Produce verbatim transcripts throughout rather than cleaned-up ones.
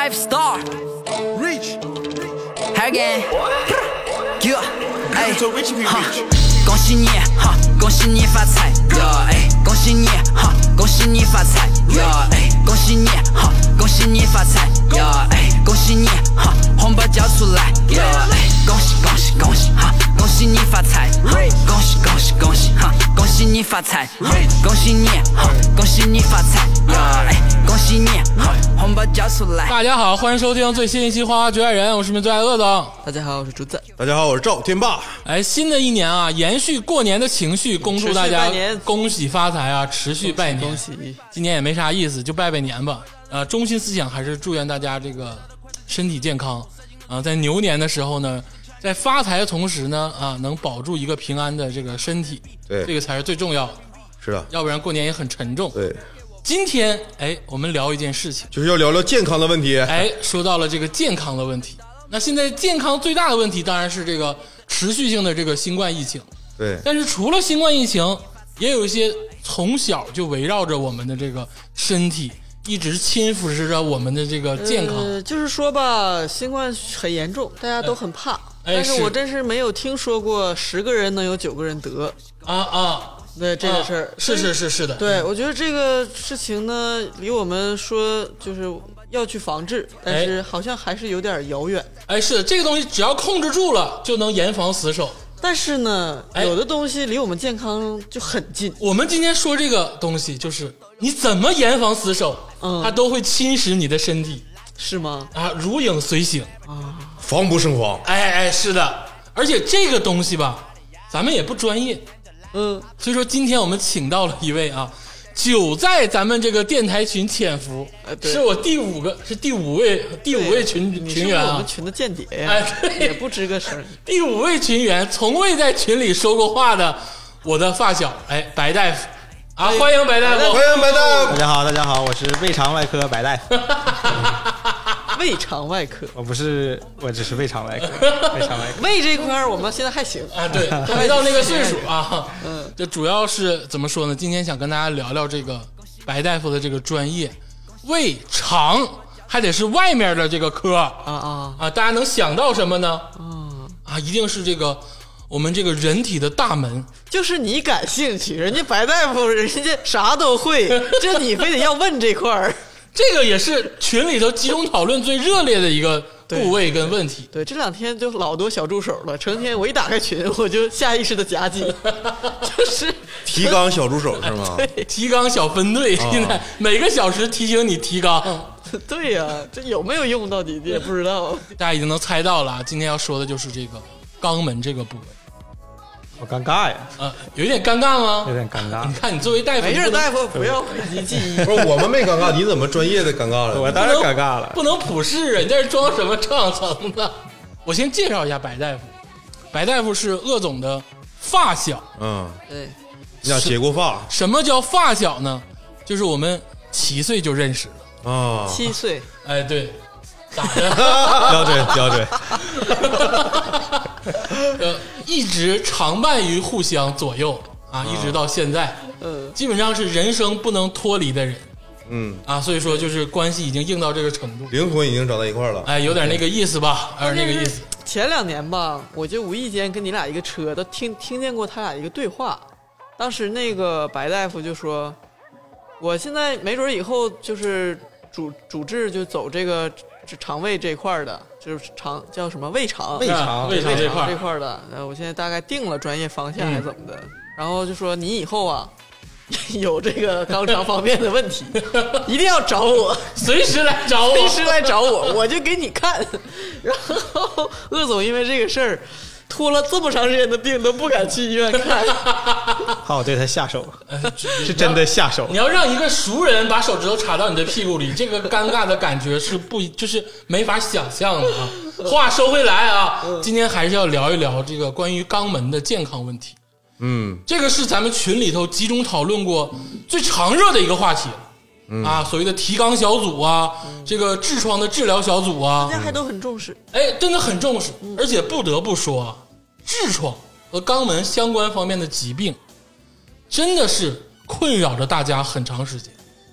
Five star reach again yeah 哎哈恭喜你哈恭喜你发财呀哎恭喜你哈恭喜你发财呀哎恭喜你哈恭喜你发财呀哎恭喜你哈红包交出来呀哎恭喜恭喜恭喜哈恭喜你发财恭喜恭喜恭喜哈恭喜你发财恭喜你哈恭喜你发财呀哎恭喜你哈红包交出来。 大家好，欢迎收听最新一期《花花局外人》，我是你们最爱恶总。 大家好，我是竹子。 大家好，我是赵天霸。 哎，新的一年啊，延续过年的情绪，恭祝大家恭喜发财啊，持续拜年。 恭喜！恭喜今年也没啥意思，就拜拜年吧。呃，中心思想还是祝愿大家这个身体健康啊，在牛年的时候呢，在发财的同时呢，啊，能保住一个平安的这个身体， 对， 这个才是最重要的。 是的， 要不然过年也很沉重。 对。 今天哎，我们聊一件事情， 就是要聊聊健康的问题。 哎，说到了这个健康的问题，那现在健康最大的问题当然是这个持续性的这个新冠疫情。 对， 但是除了新冠疫情，也有一些从小就围绕着我们的这个身体，一直侵腐蚀着我们的这个健康。 呃，就是说吧，新冠很严重，大家都很怕， 哎、 但是我真是没有听说过十个人能有九个人得啊啊。 对这个事儿、 啊，是是是是的， 对，我觉得这个事情呢，离我们说就是要去防治，但是好像还是有点遥远。 哎，是的，这个东西只要控制住了，就能严防死守。 但是呢， 哎、 有的东西离我们健康就很近。 我们今天说这个东西，就是你怎么严防死守， 嗯， 它都会侵蚀你的身体， 是吗？ 啊，如影随形啊， 防不胜防。 哎哎，是的，而且这个东西吧，咱们也不专业。 嗯， 所以说今天我们请到了一位啊，久在咱们这个电台群潜伏， 呃、 是我第五个，是第五位，第五位群群员啊， 我们群的间谍呀， 哎，对， 也不吱个声。 第五位群员，从未在群里说过话的我的发小，哎，白大夫啊，欢迎白大夫， 欢迎白大夫。 大家好，大家好，我是胃肠外科白大夫。 胃肠外科， 我不是，我只是胃肠外科。胃肠外科， 胃这块我们现在还行啊，对，都没到那个岁数啊。嗯，这主要是怎么说呢？今天想跟大家聊聊这个白大夫的这个专业，胃肠还得是外面的这个科啊啊啊！大家能想到什么呢？ 啊啊，一定是这个我们这个人体的大门。 就是你感兴趣，人家白大夫人家啥都会，这你非得要问这块儿。 这个也是群里头集中讨论最热烈的一个部位跟问题。 对，对这两天就老多小助手了，成天我一打开群，我就下意识的夹击，就是提纲小助手是吗？ 对， 提纲小分队， 哦、 现在每个小时提醒你提纲。 对呀、啊，这有没有用到底你也不知道。 大家已经能猜到了，今天要说的就是这个肛门这个部位。 好尴尬呀！ 呃，有点尴尬吗？ 有点尴尬。 你看，你作为大夫， 没事，大夫不要讳疾忌医。 不是我们没尴尬，你怎么专业的尴尬了？ 我当然尴尬了， 不能普世啊！你在这装什么上层的？我先介绍一下白大夫，白大夫是鄂总的发小。 嗯， 对， 你俩结过发？ 什么叫发小呢？就是我们七岁就认识了啊， 七岁。 哎，对。咋的？ 标准标准。 呃，一直常伴于互相左右啊，一直到现在， 嗯， 基本上是人生不能脱离的人， 嗯啊，所以说就是关系已经硬到这个程度， 灵魂已经长在一块了， 哎，有点那个意思吧，有点那个意思。 前两年吧，我就无意间跟你俩一个车，都听听见过他俩一个对话，当时那个白大夫就说，我现在没准以后就是主主治就走这个。是肠胃这块的，就是肠叫什么胃肠， 胃肠， 胃肠这块这块的。呃，我现在大概定了专业方向还是怎么的，嗯、然后就说你以后啊有这个肛肠方面的问题，一定要找我， 随时来找我， 随时来找我，我就给你看。然后鄂总因为这个事儿拖了这么长时间的病都不敢去医院看， 怕我对他下手，是真的下手。 你要让一个熟人把手指头插到你的屁股里，这个尴尬的感觉是不就是没法想象的啊。话说回来啊，今天还是要聊一聊这个关于肛门的健康问题。 嗯， 这个是咱们群里头集中讨论过最常热的一个话题。嗯、啊，所谓的提纲小组啊，嗯、这个痔疮的治疗小组啊， 大家还都很重视。 哎，真的很重视，嗯、而且不得不说啊，痔疮和肛门相关方面的疾病，真的是困扰着大家很长时间。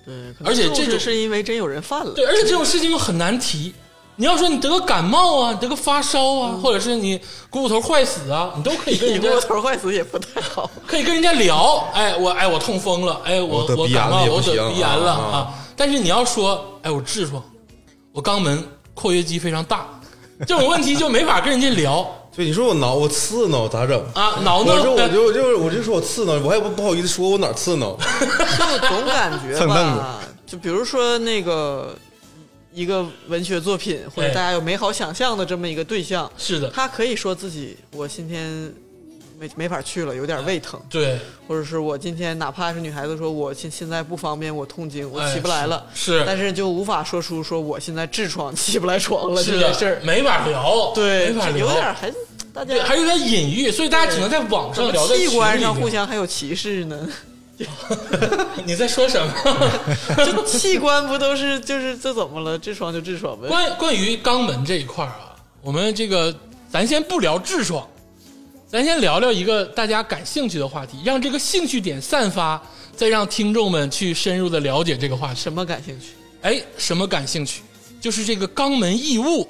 对， 而且这种是因为真有人犯了。 对，而且这种事情又很难提。你要说你得个感冒啊，得个发烧啊，嗯、或者是你股骨头坏死啊，你都可以跟人家。 股骨头坏死也不太好， 可以跟人家聊。哎，我哎我痛风了，哎我我感冒我得鼻炎了啊。啊但是你要说，哎我痔疮，我肛门括约肌非常大，这种问题就没法跟人家聊。 对，你说我挠我刺挠咋整啊？挠挠， 我说我就我就我就说我刺挠，我还不不好意思说我哪刺挠。 就总感觉吧，就比如说那个。一个文学作品或者大家有美好想象的这么一个对象， 是的， 他可以说自己我今天没没法去了，有点胃疼， 对， 或者是我今天哪怕是女孩子说我现现在不方便，我痛经，我起不来了， 哎、是， 但是就无法说出说我现在痔疮起不来床了这件事儿， 没法聊， 对， 没法聊， 有点还大家还有点隐喻，所以大家只能在网上聊，在器官上互相还有歧视呢。 你在说什么？ 就器官不都是就是这怎么了？痔疮就痔疮呗。 关关于肛门这一块啊，我们这个咱先不聊痔疮，咱先聊聊一个大家感兴趣的话题，让这个兴趣点散发，再让听众们去深入的了解这个话题。 什么感兴趣？ 哎，什么感兴趣？就是这个肛门异物。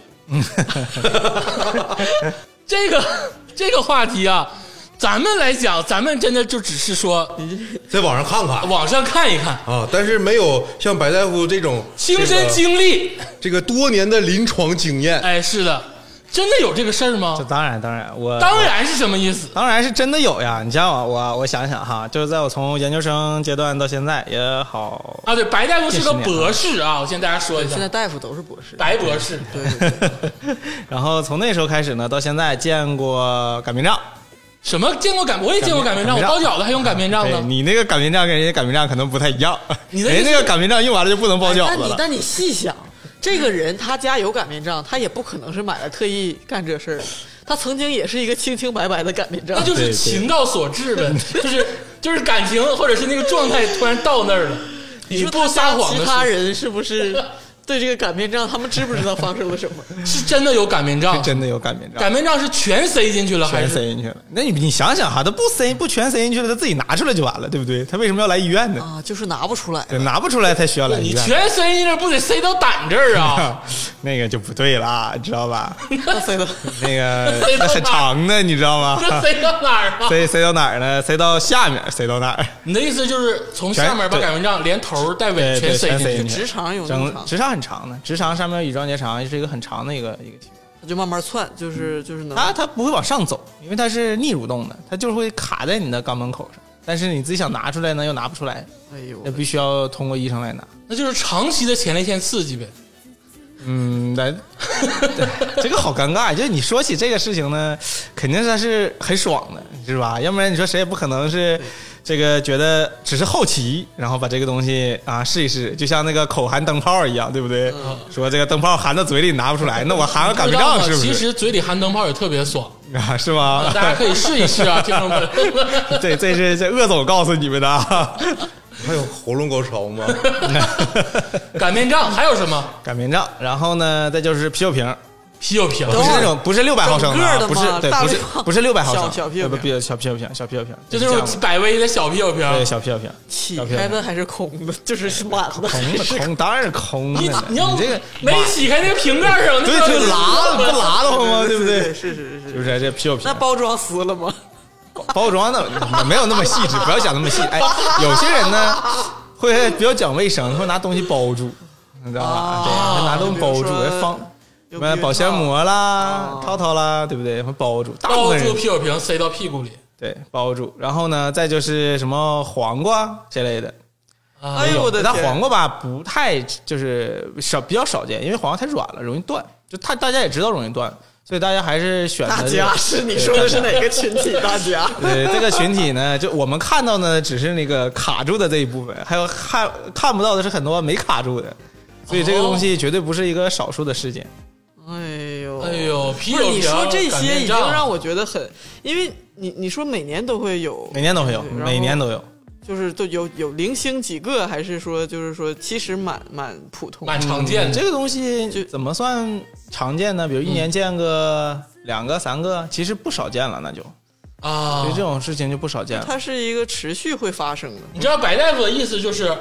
这个这个话题啊。咱们来讲，咱们真的就只是说在网上看看， 网上看一看啊，但是没有像白大夫这种亲身经历， 这个多年的临床经验。 哎，是的，真的有这个事儿吗？ 这当然，当然，我当然是什么意思？ 当然是真的有呀！你像我，我我想想哈，就是在我从研究生阶段到现在也好啊，对，白大夫是个博士啊，我先大家说一下， 现在大夫都是博士， 白博士， 对对对。 然后从那时候开始呢，到现在见过擀面杖。 什么见过擀？我也见过擀面杖，我包饺子还用擀面杖呢。 你那个擀面杖跟人家擀面杖可能不太一样， 你人家那个擀面杖用完了就不能包饺子了。 但你但你细想，这个人他家有擀面杖，他也不可能是买来特意干这事儿，他曾经也是一个清清白白的擀面杖， 那就是情到所致呗，就是就是感情或者是那个状态突然到那儿了。 你说不撒谎的其他人是不是？对这个擀面杖，他们知不知道发生了什么？ 是真的有擀面杖， 是真的有擀面杖。 擀面杖是全塞进去了，还是全塞进去了？那你你想想哈，他不塞不全塞进去了，他自己拿出来就完了，对不对？他为什么要来医院呢？ 啊，就是拿不出来， 对，拿不出来才需要来医院。 你全塞进去不得塞到胆这儿啊？ 那个就不对了，知道吧？ 那塞到那个那很长的，你知道吗？ 那塞到哪儿啊？ 塞塞到哪儿呢？塞到下面，塞到哪儿？ 你的意思就是从下面把擀面杖连头带尾全塞进去？ 直肠有那么长？ 直肠很长的，直肠上面有乙状结肠，是一个很长的一个一个体。 它就慢慢窜，就是就是能。 它它不会往上走，因为它是逆蠕动的，它就是会卡在你的肛门口上。但是你自己想拿出来呢，又拿不出来。 哎呦， 那必须要通过医生来拿。 那就是长期的前列腺刺激呗。 嗯，来，这个好尴尬。就是你说起这个事情呢，肯定是它是很爽的，是吧？要不然你说谁也不可能是这个觉得只是好奇，然后把这个东西啊试一试，就像那个口含灯泡一样，对不对？嗯、说这个灯泡含到嘴里拿不出来，那我含个擀面杖是不是？ 其实嘴里含灯泡也特别爽啊，是吗？ 大家可以试一试啊，听众们。 这这是这鄂总告诉你们的啊。 还有喉咙高潮吗？ 擀面杖还有什么？ 擀面杖，然后呢，再就是啤酒瓶。 啤酒瓶不是那种，不是六百毫升的， 不是对，不是不是六百毫升， 小啤酒瓶，小啤酒瓶，小啤酒瓶， 就那种百威的小啤酒瓶， 对，小啤酒瓶， 起开的还是空的，就是满的， 空的空，当然是空的。 你你要这个没起开那个瓶盖上， 对，就拉不拉的慌吗？对不对？ 是是是， 就是这啤酒瓶。 那包装撕了吗？ 包装的没有那么细致，不要想那么细。哎，有些人呢会比较讲卫生，会拿东西包住，你知道吧？对，拿东西包住，放。什么保鲜膜啦、套套啦，对不对？会包住， 包住啤酒瓶塞到屁股里， 对，包住。然后呢，再就是什么黄瓜这类的， 哎呦我的天！ 但黄瓜吧不太就是少，比较少见，因为黄瓜太软了，容易断。就他大家也知道容易断，所以大家还是选择。 大家是你说的是哪个群体？大家对这个群体呢，就我们看到呢，只是那个卡住的这一部分，还有看看不到的是很多没卡住的，所以这个东西绝对不是一个少数的事件。 哎呦， 哎呦，啤酒瓶！ 你说这些已经让我觉得很，因为你你说每年都会有， 每年都会有，每年都有， 就是都有有零星几个，还是说就是说其实蛮蛮普通、 蛮常见的、 嗯。这个东西就怎么算常见呢？比如一年见个两个、三个，其实不少见了，那就啊， 所以这种事情就不少见了。 它是一个持续会发生的。 你知道白大夫的意思就是，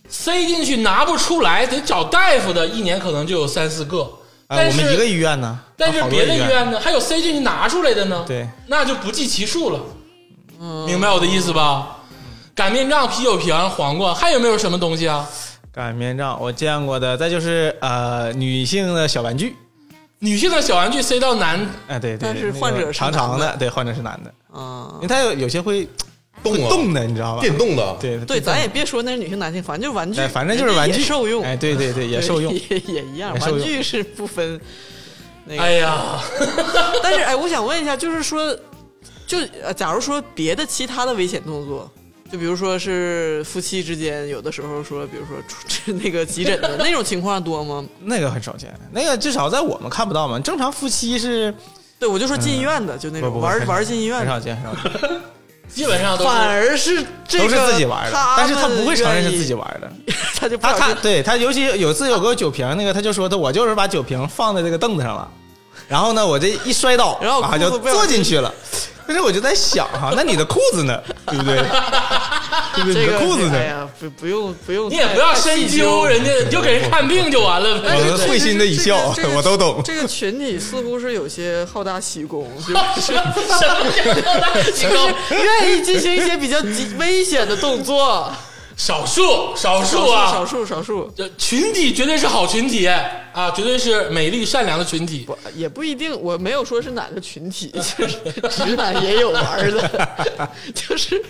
塞进去拿不出来，得找大夫的，一年可能就有三四个。 哎，我们一个医院呢， 但是别的医院呢，还有塞进去拿出来的呢， 对， 那就不计其数了。嗯，明白我的意思吧？擀面杖、啤酒瓶、黄瓜，还有没有什么东西啊？ 擀面杖我见过的，再就是呃女性的小玩具， 女性的小玩具塞到男， 哎对对， 但是患者是长长的， 男的对，患者是男的啊因为它有有些会动啊会动的，你知道吧？ 电动的， 对对，咱也别说那是女性男性，反正就是玩具， 哎反正就是玩具也受用， 哎对对对也受用也也一样， 也受用玩具是不分那个。 哎呀， 但是哎，我想问一下，就是说，就呃假如说别的其他的危险动作，就比如说是夫妻之间，有的时候说，比如说出那个急诊的那种情况多吗？ 那个很少见，那个至少在我们看不到嘛。正常夫妻是， 对，我就说进医院的，就那种不不很少玩玩进医院的， 很少见，很少见， 基本上都是反而是这个都是自己玩的，但是他不会承认是自己玩， 玩的。 他就不他他小心对他尤其有次有个酒瓶，那个他就说的，我就是把酒瓶放在这个凳子上了，然后呢，我这一摔倒， 然后啊就裤子不小心坐进去了。但是我就在想哈，那你的裤子呢？对不对？对不对？ 这个你的裤子呢？ 哎呀，不不用不用， 你也不要深究人家，你就给人看病就完了呗。 我会心的一笑这个我都懂这个群体似乎是有些好大喜功，就是什么愿意进行一些比较极危险的动作。 少数少少数啊， 少数少数， 这群体绝对是好群体啊，绝对是美丽善良的群体。 不也不一定，我没有说是哪个群体，就是直男也有玩的，就是。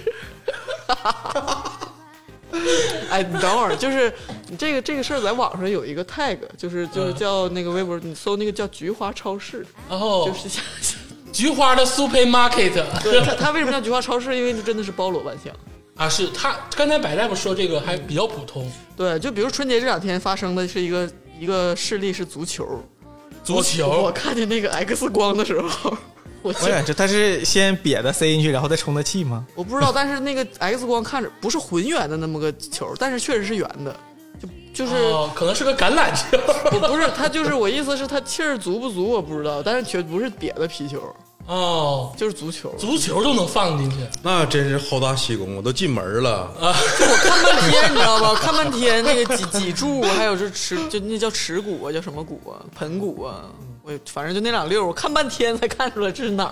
哎，你等会儿，就是你这个这个事儿，在网上有一个 tag，就是就是叫那个微博，你搜那个叫菊花超市， 然后就是像菊花的 supermarket， 对它它为什么叫菊花超市？因为它真的是包罗万象。 啊，是他刚才白大夫说这个还比较普通， 对，就比如春节这两天发生的是一个一个事例是足球， 足球我，我看见那个 X 光的时候，我就我想这他是先瘪的塞进去，然后再充的气吗？ 我不知道，但是那个 X 光看着不是浑圆的那么个球，但是确实是圆的，就就是、 哦，可能是个橄榄球。 不不是，它就是我意思是它气儿足不足我不知道，但是绝不是瘪的皮球， 哦， 就是足球。 足球都能放进去， 那真是好大喜功，我都进门了。 就我看半天，你知道吧？看半天那个脊脊柱，还有这耻，就那叫耻骨啊，叫什么骨啊？盆骨啊，我反正就那两溜，我看半天才看出来这是哪儿。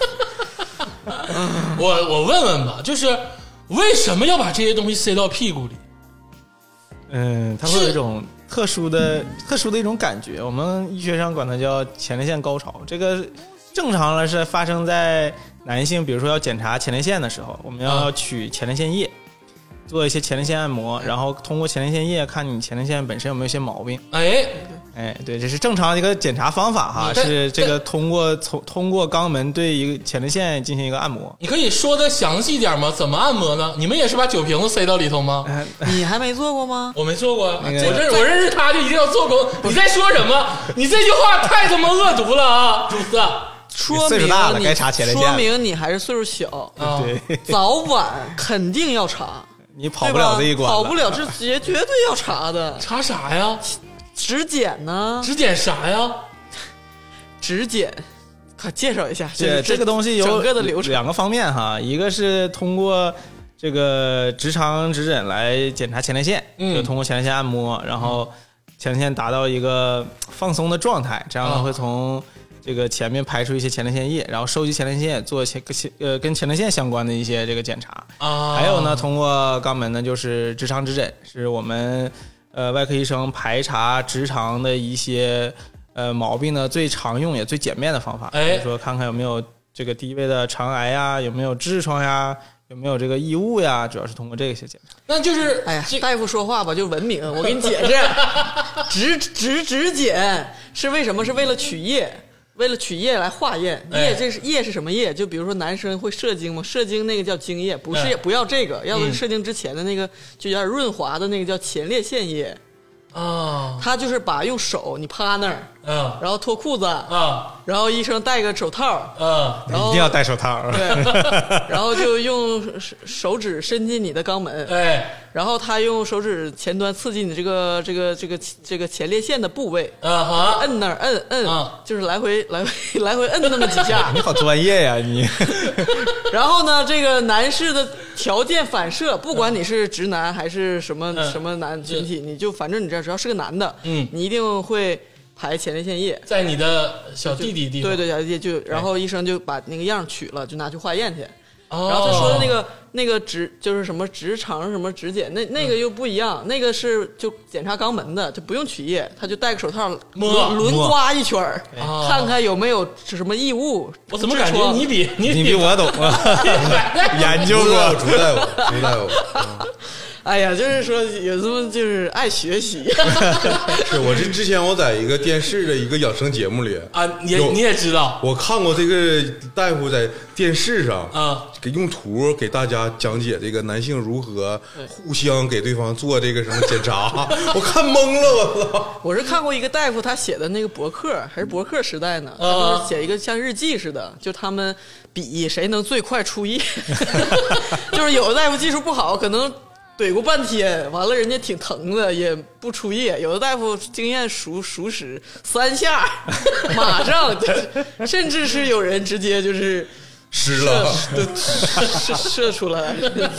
我我问问吧，就是为什么要把这些东西塞到屁股里？ 嗯，它会有一种特殊的、特殊的一种感觉。我们医学上管它叫前列腺高潮。这个正常的是发生在男性，比如说要检查前列腺的时候，我们要取前列腺液，做一些前列腺按摩，然后通过前列腺液看你前列腺本身有没有一些毛病。 哎， 哎，对，这是正常的一个检查方法哈， 嗯是这个通过从通过肛门对一个前列腺进行一个按摩。 你可以说的详细点吗？怎么按摩呢？你们也是把酒瓶子塞到里头吗？ 嗯你还没做过吗？ 我没做过， 那个我认我认识他就一定要做过。你在说什么？你这句话太他妈恶毒了啊，主子！ 说明岁数大了你该查前列腺了说明你还是岁数小， 啊， 对， 早晚肯定要查， 你跑不了这一关了， 跑不了这绝绝对要查的。 查啥呀？ 指检呢？ 指检啥呀？ 指检，快介绍一下。 这这个东西有整个的流程两个方面哈，一个是通过这个直肠指诊来检查前列腺， 嗯就通过前列腺按摩，然后前列腺达到一个放松的状态，这样呢啊会从这个前面排出一些前列腺液，然后收集前列腺液，做前呃跟前列腺相关的一些这个检查。 啊， 还有呢，通过肛门呢，就是直肠指诊，是我们呃外科医生排查直肠的一些呃毛病呢最常用也最简便的方法。 哎比如说看看有没有这个低位的肠癌呀，有没有痔疮呀，有没有这个异物呀，主要是通过这些检查。 那就是哎呀这， 大夫说话吧就文明，我给你解释，指指指检是为什么？是为了取液。为了取液来化验， 哎液这是液是什么液？就比如说男生会射精吗？射精那个叫精液，不是、 哎不要这个，要的是射精之前的那个、就有点润滑的那个叫前列腺液。 啊它就是把用手你趴那儿， 啊然后脱裤子， 啊然后医生戴个手套， 嗯， 然后一定要戴手套。 对，然后就用手手指伸进你的肛门， 哎， 然后他用手指前端刺激你这个这个这个这个前列腺的部位， 啊哈， 摁那儿摁摁， 嗯就是来回来回来回摁那么几下你。好专业呀，你。 然后呢，这个男士的条件反射，不管你是直男还是什么、 嗯什么男群体，你就反正你这只要是个男的， 嗯你一定会排前列腺液。 在你的小弟弟地方， 对对，小弟弟就，然后医生就把那个样取了，就拿去化验去。 哦， 然后他说的那个那个直就是什么直肠什么直检，那那个又不一样，那个是就检查肛门的，就不用取液，他就戴个手套摸轮轮刮一圈儿， 哦看看有没有什么异物。 我怎么感觉你比你你比我懂啊，研究朱大夫， 过。 朱大夫，朱大夫， 哎呀，就是说有这么就是爱学习。 是我这之前我在一个电视的一个养生节目里啊，你也有你也知道我看过这个大夫在电视上啊， 给用图给大家讲解这个男性如何互相给对方做这个什么检查，我看懵了，我操！ 我是看过一个大夫他写的那个博客，还是博客时代呢，他啊就是写一个像日记似的，就他们比谁能最快出液，就是有的大夫技术不好，可能怼过半天，完了人家挺疼的，也不出液；有的大夫经验熟熟识，三下马上就，甚至是有人直接就是湿了， 对，射射出来，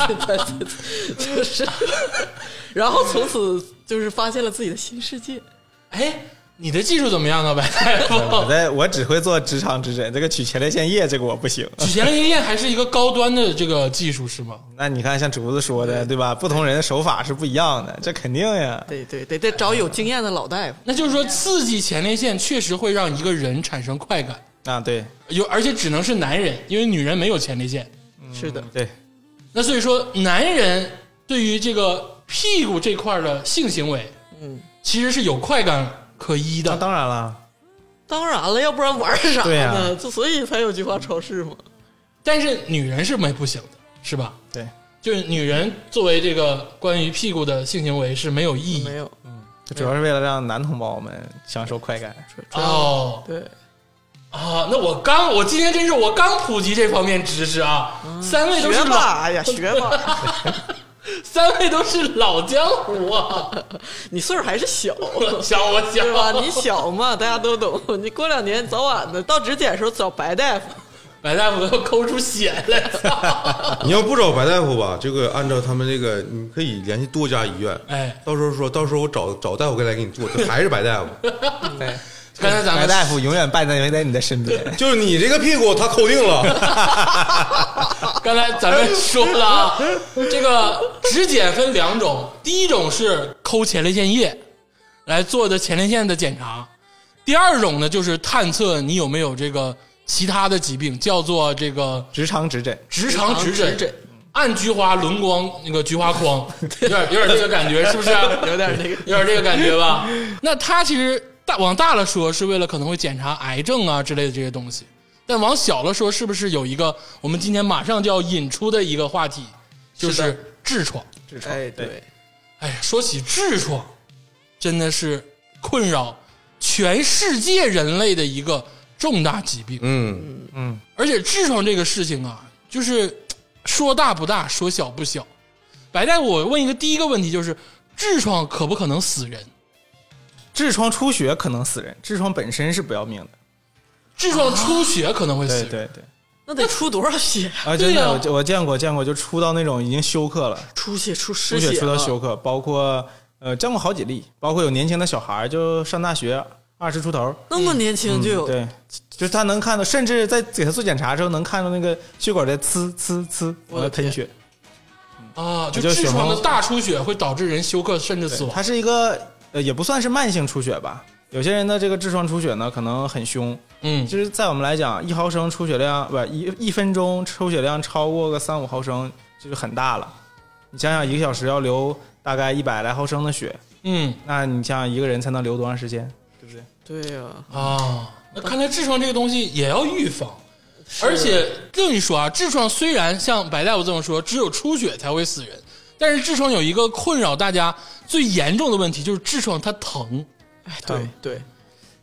就是，然后从此就是发现了自己的新世界。 哎，你的技术怎么样啊，白大夫？ 我在我只会做直肠直诊，这个取前列腺液这个我不行。 取前列腺液还是一个高端的这个技术是吗？ 那你看，像竹子说的，对吧？不同人的手法是不一样的，这肯定呀。 对对对，得找有经验的老大夫。 那就是说，刺激前列腺确实会让一个人产生快感， 啊，对， 有而且只能是男人，因为女人没有前列腺。 是的， 对， 那所以说，男人对于这个屁股这块的性行为， 嗯， 其实是有快感可依那的。 当然了， 当然了，要不然玩啥对呢？ 呀这所以才有菊花超市嘛。 但是女人是没不行的，是吧？ 对， 就是女人作为这个关于屁股的性行为是没有意义没有， 这主要是为了让男同胞们享受快感。 哦对， 啊。那我刚我今天真是我刚普及这方面知识啊，三位都是老学吧，哎呀，学吧。 三位都是老江湖啊， 你岁数还是小， 小我小对吧？你小嘛，大家都懂。你过两年早晚的到质检的时候找白大夫。 白大夫都抠出血来，操你要不找白大夫吧，这个按照他们这个，你可以联系多家医院， 哎， 到时候说到时候我找找大夫过来给你做，这还是白大夫， 对， 刚才咱们白大夫永远伴在在你的身边。 就是你这个屁股他抠定了， 刚才咱们说了啊，这个指检分两种，第一种是抠前列腺液来做的前列腺的检查，第二种呢就是探测你有没有这个其他的疾病，叫做这个直肠直诊， 直肠直诊直诊， 按菊花轮光那个菊花框，有点有点这个感觉，是不是？ 有点那个， 有点这个感觉吧？那它其实大往大了说，是为了可能会检查癌症啊之类的这些东西；但往小了说，是不是有一个我们今天马上就要引出的一个话题，就是是痔疮？ 痔疮， 哎，对， 哎，说起痔疮，真的是困扰全世界人类的一个重大疾病。 嗯， 嗯， 而且痔疮这个事情啊，就是说大不大，说小不小。白带，我问一个第一个问题，就是痔疮可不可能死人？ 痔疮出血可能死人，痔疮本身是不要命的。 痔疮出血可能会死人。 对对对， 那得出多少血？ 啊，真对呀的，我我见过见过，就出到那种已经休克了， 出血出失出血出到啊休克，包括呃见过好几例，包括有年轻的小孩就上大学二十出头， 那么年轻就有， 对，就是他能看到，甚至在给他做检查的时候能看到那个血管在呲呲呲往外喷血。 啊，就就血痔疮的红大出血会导致人休克甚至死亡。 它是一个呃，也不算是慢性出血吧。有些人的这个痔疮出血呢，可能很凶。 嗯， 其实，在我们来讲，一毫升出血量不一一分钟出血量超过个三五毫升，就是很大了。你想想，一个小时要流大概一百来毫升的血， 嗯那你想想一个人才能流多长时间，对不对？ 对呀、 啊，那看来痔疮这个东西也要预防。而且跟你说啊，痔疮虽然像白大夫这么说，只有出血才会死人，但是痔疮有一个困扰大家最严重的问题，就是痔疮它疼。 哎，对对，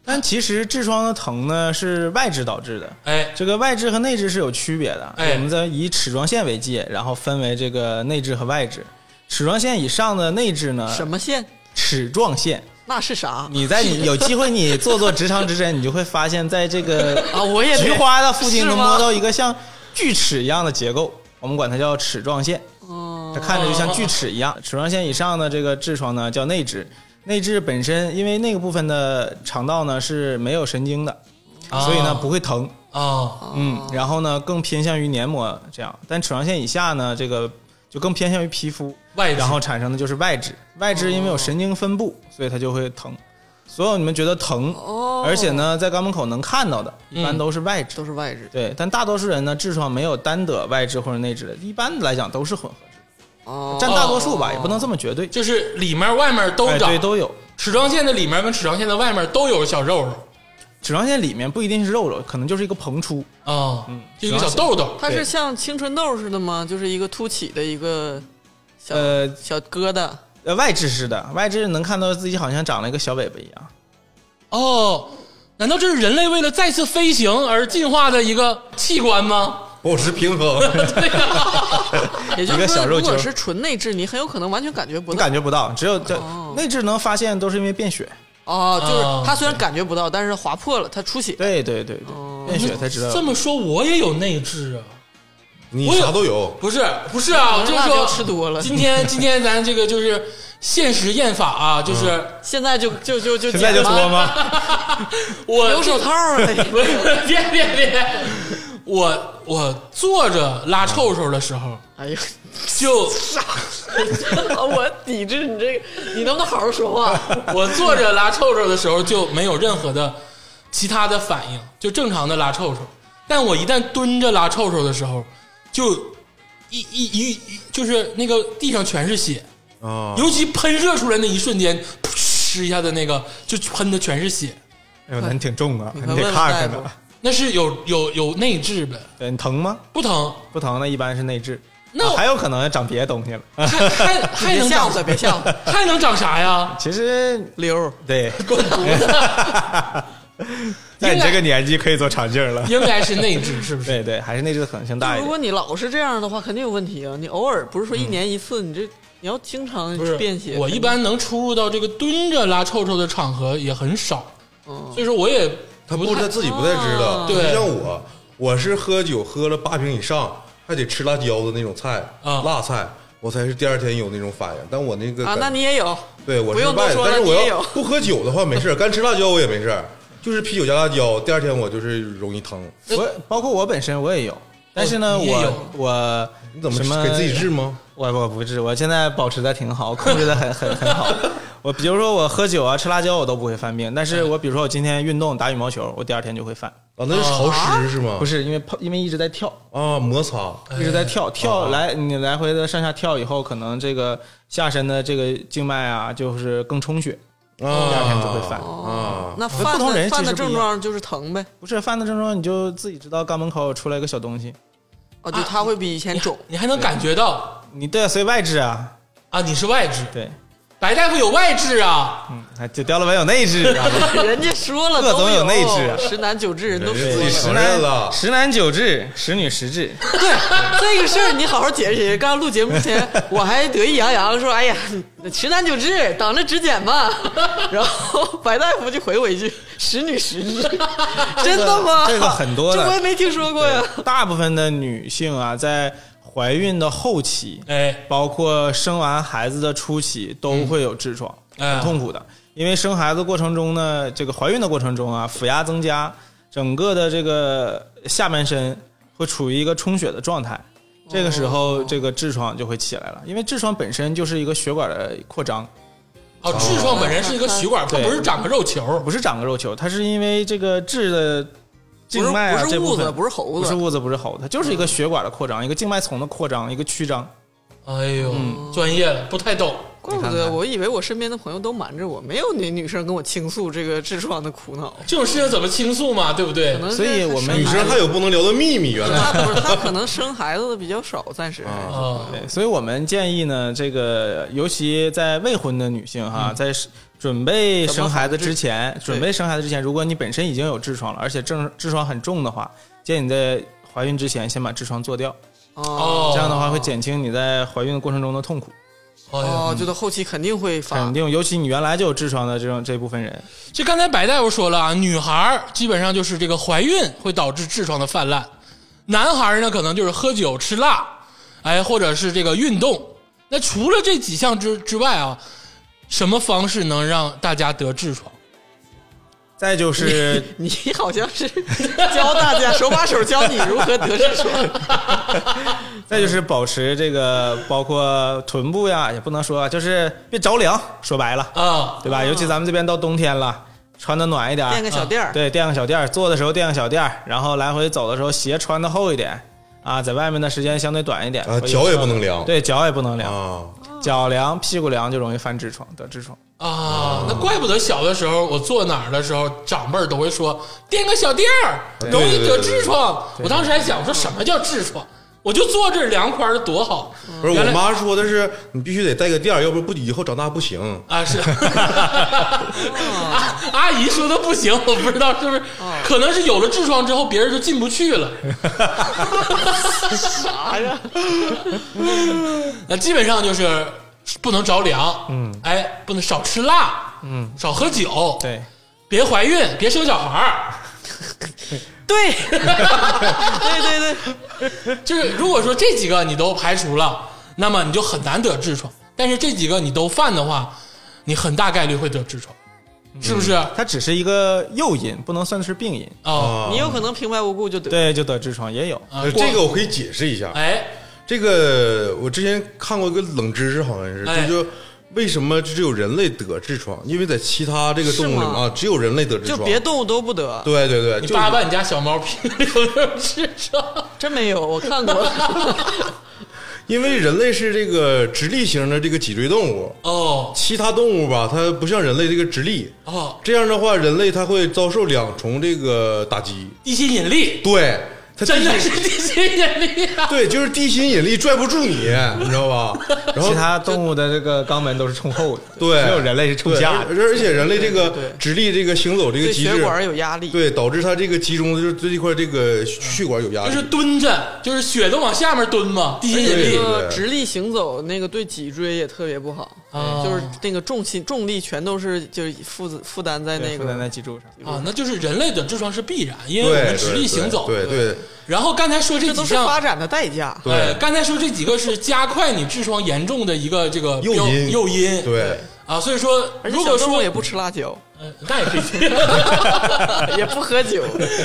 但其实痔疮的疼呢是外痔导致的， 哎， 这个外痔和内痔是有区别的。 哎我们在以齿状线为界，然后分为这个内痔和外痔。齿状线以上的内痔呢， 什么线？ 齿状线。 那是啥？ 你在你有机会你做做直肠直诊，你就会发现在这个啊，我也菊花的附近能是吗摸到一个像锯齿一样的结构，我们管它叫齿状线。 哦， 它看着就像锯齿一样。齿状线以上的这个痔疮呢叫内痔。内痔本身因为那个部分的肠道呢是没有神经的， 哦所以呢不会疼。 哦， 嗯，然后呢更偏向于黏膜这样，但齿状线以下呢这个就更偏向于皮肤， 外痔然后产生的就是外痔。外痔因为有神经分布，所以它就会疼。所有你们觉得疼， 哦而且呢在肛门口能看到的，一般都是外痔。 都是外痔。 对，但大多数人呢痔疮没有单得外痔或者内痔的，一般来讲都是混合痔， 哦， 占大多数吧，也不能这么绝对。 就是里面外面都哎， 长， 对，都有。 齿状线的里面跟齿状线的外面都有小肉肉齿状线里面不一定是肉肉，可能就是一个膨出。 啊， 嗯， 就一个小痘痘。 它是像青春痘似的吗？就是一个凸起的一个小、 呃小疙瘩。 呃，外痔是的，外痔能看到自己好像长了一个小尾巴一样。 哦，难道这是人类为了再次飞行而进化的一个器官吗？ 保持平衡。 一个也就是说， 小肉球如果是纯内痔，你很有可能完全感觉不你到。 感觉不到，只有这哦内痔能发现都是因为便血。 哦，就是哦它虽然感觉不到，但是划破了，它出血。 对对对对，便血才知道。 这么说，我也有内痔啊。 你啥都有， 不是不是啊，就是辣椒说吃多了今天今天咱这个就是现实验法啊，就是现在就就就就现在就剪了说吗？ 我有手套啊！ 不是别别别，我我坐着拉臭臭的时候哎呀， 就我抵制你这个，你能不能好好说话？ 我坐着拉臭臭的时候就没有任何的其他的反应，就正常的拉臭臭。但我一旦蹲着拉臭臭的时候，就一一一一就是那个地上全是血啊， 尤其喷射出来那一瞬间，噗一下的那个就喷的全是血， 哎呦，那你挺重啊，你得你快问看看大夫呢。 那是有有有内痔的， 对，你疼吗？ 不疼， 不疼，那一般是内痔。 那啊还有可能长别的东西了。 还还还能长别吓唬，别吓唬， 还能长啥呀？ 其实溜。 对， 滚犊子！ 在你这个年纪可以做肠镜了。 应该是内痔，是不是？ 对对，还是内痔的可能性大一点。 如果你老是这样的话，肯定有问题啊！你偶尔不是说一年一次，你这你要经常不是便血。 我一般能出入到这个蹲着拉臭臭的场合也很少， 嗯所以说我也他不他自己不太知道。 啊对就像我，我是喝酒喝了八瓶以上，还得吃辣椒的那种菜， 啊辣菜，我才是第二天有那种反应。但我那个啊， 感那你也有。 对我不是外的， 用多说了， 但是我要你也有。 不喝酒的话没事，干吃辣椒我也没事，就是啤酒加辣椒，第二天我就是容易疼。 我包括我本身我也有，但是呢， 哦你也有我我你怎么什么给自己治吗？ 我我不治，我现在保持的挺好，控制的很很很好。我比如说我喝酒啊、吃辣椒我都不会犯病，但是我比如说我今天运动打羽毛球，我第二天就会犯。 啊，那是潮湿是吗？ 不是因为泡，因为一直在跳， 啊，摩擦。 一直在跳跳啊来，你来回的上下跳以后，可能这个下身的这个静脉啊，就是更充血，第二天就会犯。 啊， 那犯不同人的犯的其实不一样症状就是疼呗。 不是犯的症状，你就自己知道肛门口出来一个小东西， 哦，就它会比以前肿。 你还能感觉到你对，所以外痔啊， 啊，你是外痔， 对， 白大夫有外痔啊， 嗯，还就刁了完有内痔啊。 人家说了， 各种都有内痔啊十男九痔，人都说人家了。 十承认了男十男九痔，十女十痔。 对这个事儿，你好好解释解释。刚刚录节目之前，我还得意洋洋说：“哎呀，十男九痔，等着指检吧。”然后白大夫就回我一句：“十女十痔。”真的吗？ 这个很多的这我也没听说过呀。 大部分的女性啊，在怀孕的后期， 哎， 包括生完孩子的初期，都会有痔疮， 哎很痛苦的。因为生孩子过程中呢，这个怀孕的过程中啊，腹压增加，整个的这个下半身会处于一个充血的状态。这个时候，这个痔疮就会起来了，因为痔疮本身就是一个血管的扩张， 哦，痔疮本身是一个血管，它对不是长个肉球， 不是长个肉球，它是因为这个痔的不是静脉啊不是痦子， 这部分不是猴子， 不是痦子，不是猴子，它就是一个血管的扩张，一个静脉丛的扩张，一个曲张。 哎呦，专业了，不太懂。 怪不得我以为我身边的朋友都瞒着我，没有女女生跟我倾诉这个痔疮的苦恼。 这种事情怎么倾诉嘛，对不对可？能是所以我们女生还有不能聊的秘密，原来他不是他可能生孩子的比较少，暂时。 啊， 对，所以我们建议呢，这个尤其在未婚的女性哈，在准备生孩子之前，准备生孩子之前，如果你本身已经有痔疮了，而且痔痔疮很重的话，建议你在怀孕之前先把痔疮做掉。 哦， 这样的话会减轻你在怀孕的过程中的痛苦。 哦，就到后期肯定会发， 肯定，尤其你原来就有痔疮的这种这部分人。 这刚才白大夫说了啊，女孩基本上就是这个怀孕会导致痔疮的泛滥，男孩呢可能就是喝酒吃辣，哎，或者是这个运动。那除了这几项之之外啊，什么方式能让大家得痔疮？ 再就是你好像是教大家手把手教你如何得痔疮。 再就是保持这个，包括臀部呀，也不能说，就是别着凉。说白了啊， 对吧？尤其咱们这边到冬天了，穿的暖一点， 垫个小垫儿、 啊，对，垫个小垫儿，坐的时候垫个小垫儿，然后来回走的时候鞋穿的厚一点啊，在外面的时间相对短一点啊，脚也不能凉， 对，脚也不能凉啊， 脚凉屁股凉就容易犯痔疮，得痔疮。 啊，那怪不得小的时候我坐哪儿的时候，长辈儿都会说垫个小垫儿容易得痔疮。我当时还想说什么叫痔疮，我就坐这儿凉快的多好。 不是，我妈说的是你必须得带个垫儿，要不不以后长大不行啊。是阿阿姨说的不行，我不知道是不是，可能是有了痔疮之后别人就进不去了。 啥呀？ 那基本上就是不能着凉，嗯，哎，不能少吃辣， 嗯， 少喝酒， 对， 别怀孕，别生小孩儿。 对，对对对，就是如果说这几个你都排除了，那么你就很难得痔疮。但是这几个你都犯的话，你很大概率会得痔疮，是不是？ 嗯、它只是一个诱因，不能算是病因哦。 你有可能平白无故就得， 对，就得痔疮也有。 啊、 这个我可以解释一下。 哎， 这个我之前看过一个冷知识，好像是， 哎、 就就为什么只有人类得痔疮？因为在其他这个动物里啊，只有人类得痔疮， 就别动物都不得。 对对对， 你扒扒你家小猫屁股有没有痔疮？ 真没有，我看过。 因为人类是这个直立型的这个脊椎动物哦， 其他动物吧，它不像人类这个直立哦， 这样的话，人类它会遭受两重这个打击， 地心引力， 对。 真的是地心引力啊！ 对，就是地心引力拽不住你，你知道吧？然后其他动物的这个肛门都是冲后的， 对， 只有人类是冲下的。 而且人类这个直立这个行走这个机制， 血管有压力， 对，导致它这个集中就是对这块这个血管有压力， 就是蹲着，就是血都往下面蹲嘛，地心引力。 直立行走那个对脊椎也特别不好， 啊、 就是那个重心重力全都是就是负负担在那个负担在脊柱上啊，那就是人类的痔疮是必然，因为我们直立行走， 对 对, 对, 对。 然后刚才说这几项这都是发展的代价。 对、呃，刚才说这几个是加快你痔疮严重的一个这个诱因， 诱因。 对啊，所以说，如果说也不吃辣椒， 呃，那也不行， 也不喝酒，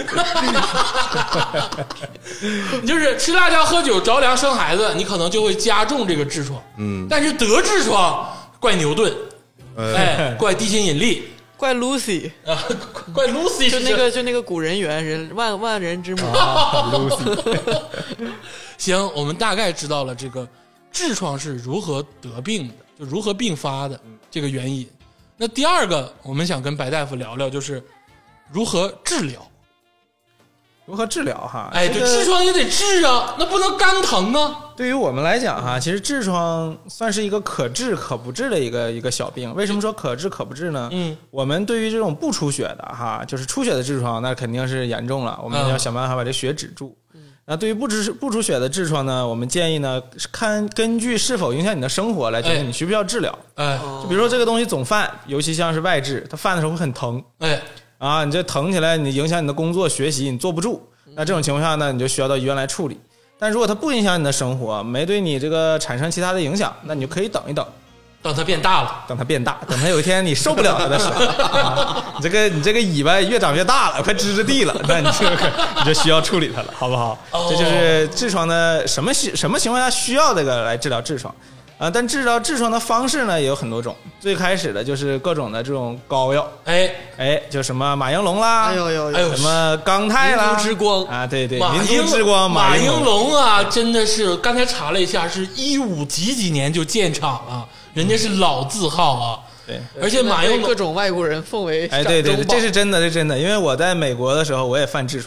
你就是吃辣椒、喝酒、着凉、生孩子，你可能就会加重这个痔疮。 嗯， 但是得痔疮怪牛顿， 呃、 哎，怪地心引力。 怪 Lucy 啊，怪 Lucy 就那个就那个古人猿人万万人之母、 啊、Lucy 行，我们大概知道了这个痔疮是如何得病的，就如何并发的这个原因。那第二个，我们想跟白大夫聊聊，就是如何治疗。 如何治疗哈？ 哎，对，痔疮也得治啊，那不能干疼啊。 对于我们来讲哈，其实痔疮算是一个可治可不治的一个一个小病。为什么说可治可不治呢？ 嗯， 我们对于这种不出血的哈，就是出血的痔疮，那肯定是严重了，我们要想办法把这血止住。嗯，那对于不出不出血的痔疮呢，我们建议呢，看根据是否影响你的生活来决定你需不需要治疗。 哎， 就比如说这个东西总犯，尤其像是外痔，它犯的时候会很疼。 哎， 啊，你这疼起来，你影响你的工作学习，你坐不住。那这种情况下呢，你就需要到医院来处理。但如果它不影响你的生活，没对你这个产生其他的影响，那你就可以等一等， 等它变大了， 等它变大，等它有一天你受不了它的时候，啊、你这个你这个尾巴越长越大了，快支着地了，那你就你就需要处理它了，好不好？哦、这就是痔疮的什么什么情况下需要这个来治疗痔疮。啊，但治疗痔疮的方式呢也有很多种。最开始的就是各种的这种膏药， 哎哎，就什么马应龙啦， 哎呦呦呦， 什么钢泰啦， 民族之光啊，对对， 马民族之光， 马应龙龙啊，真的是刚才查了一下，是一五几几年就建厂啊，人家是老字号啊。 对， 而且马应龙各种外国人奉为哎，对对对，这是真的，这是真的，因为我在美国的时候我也犯痔疮。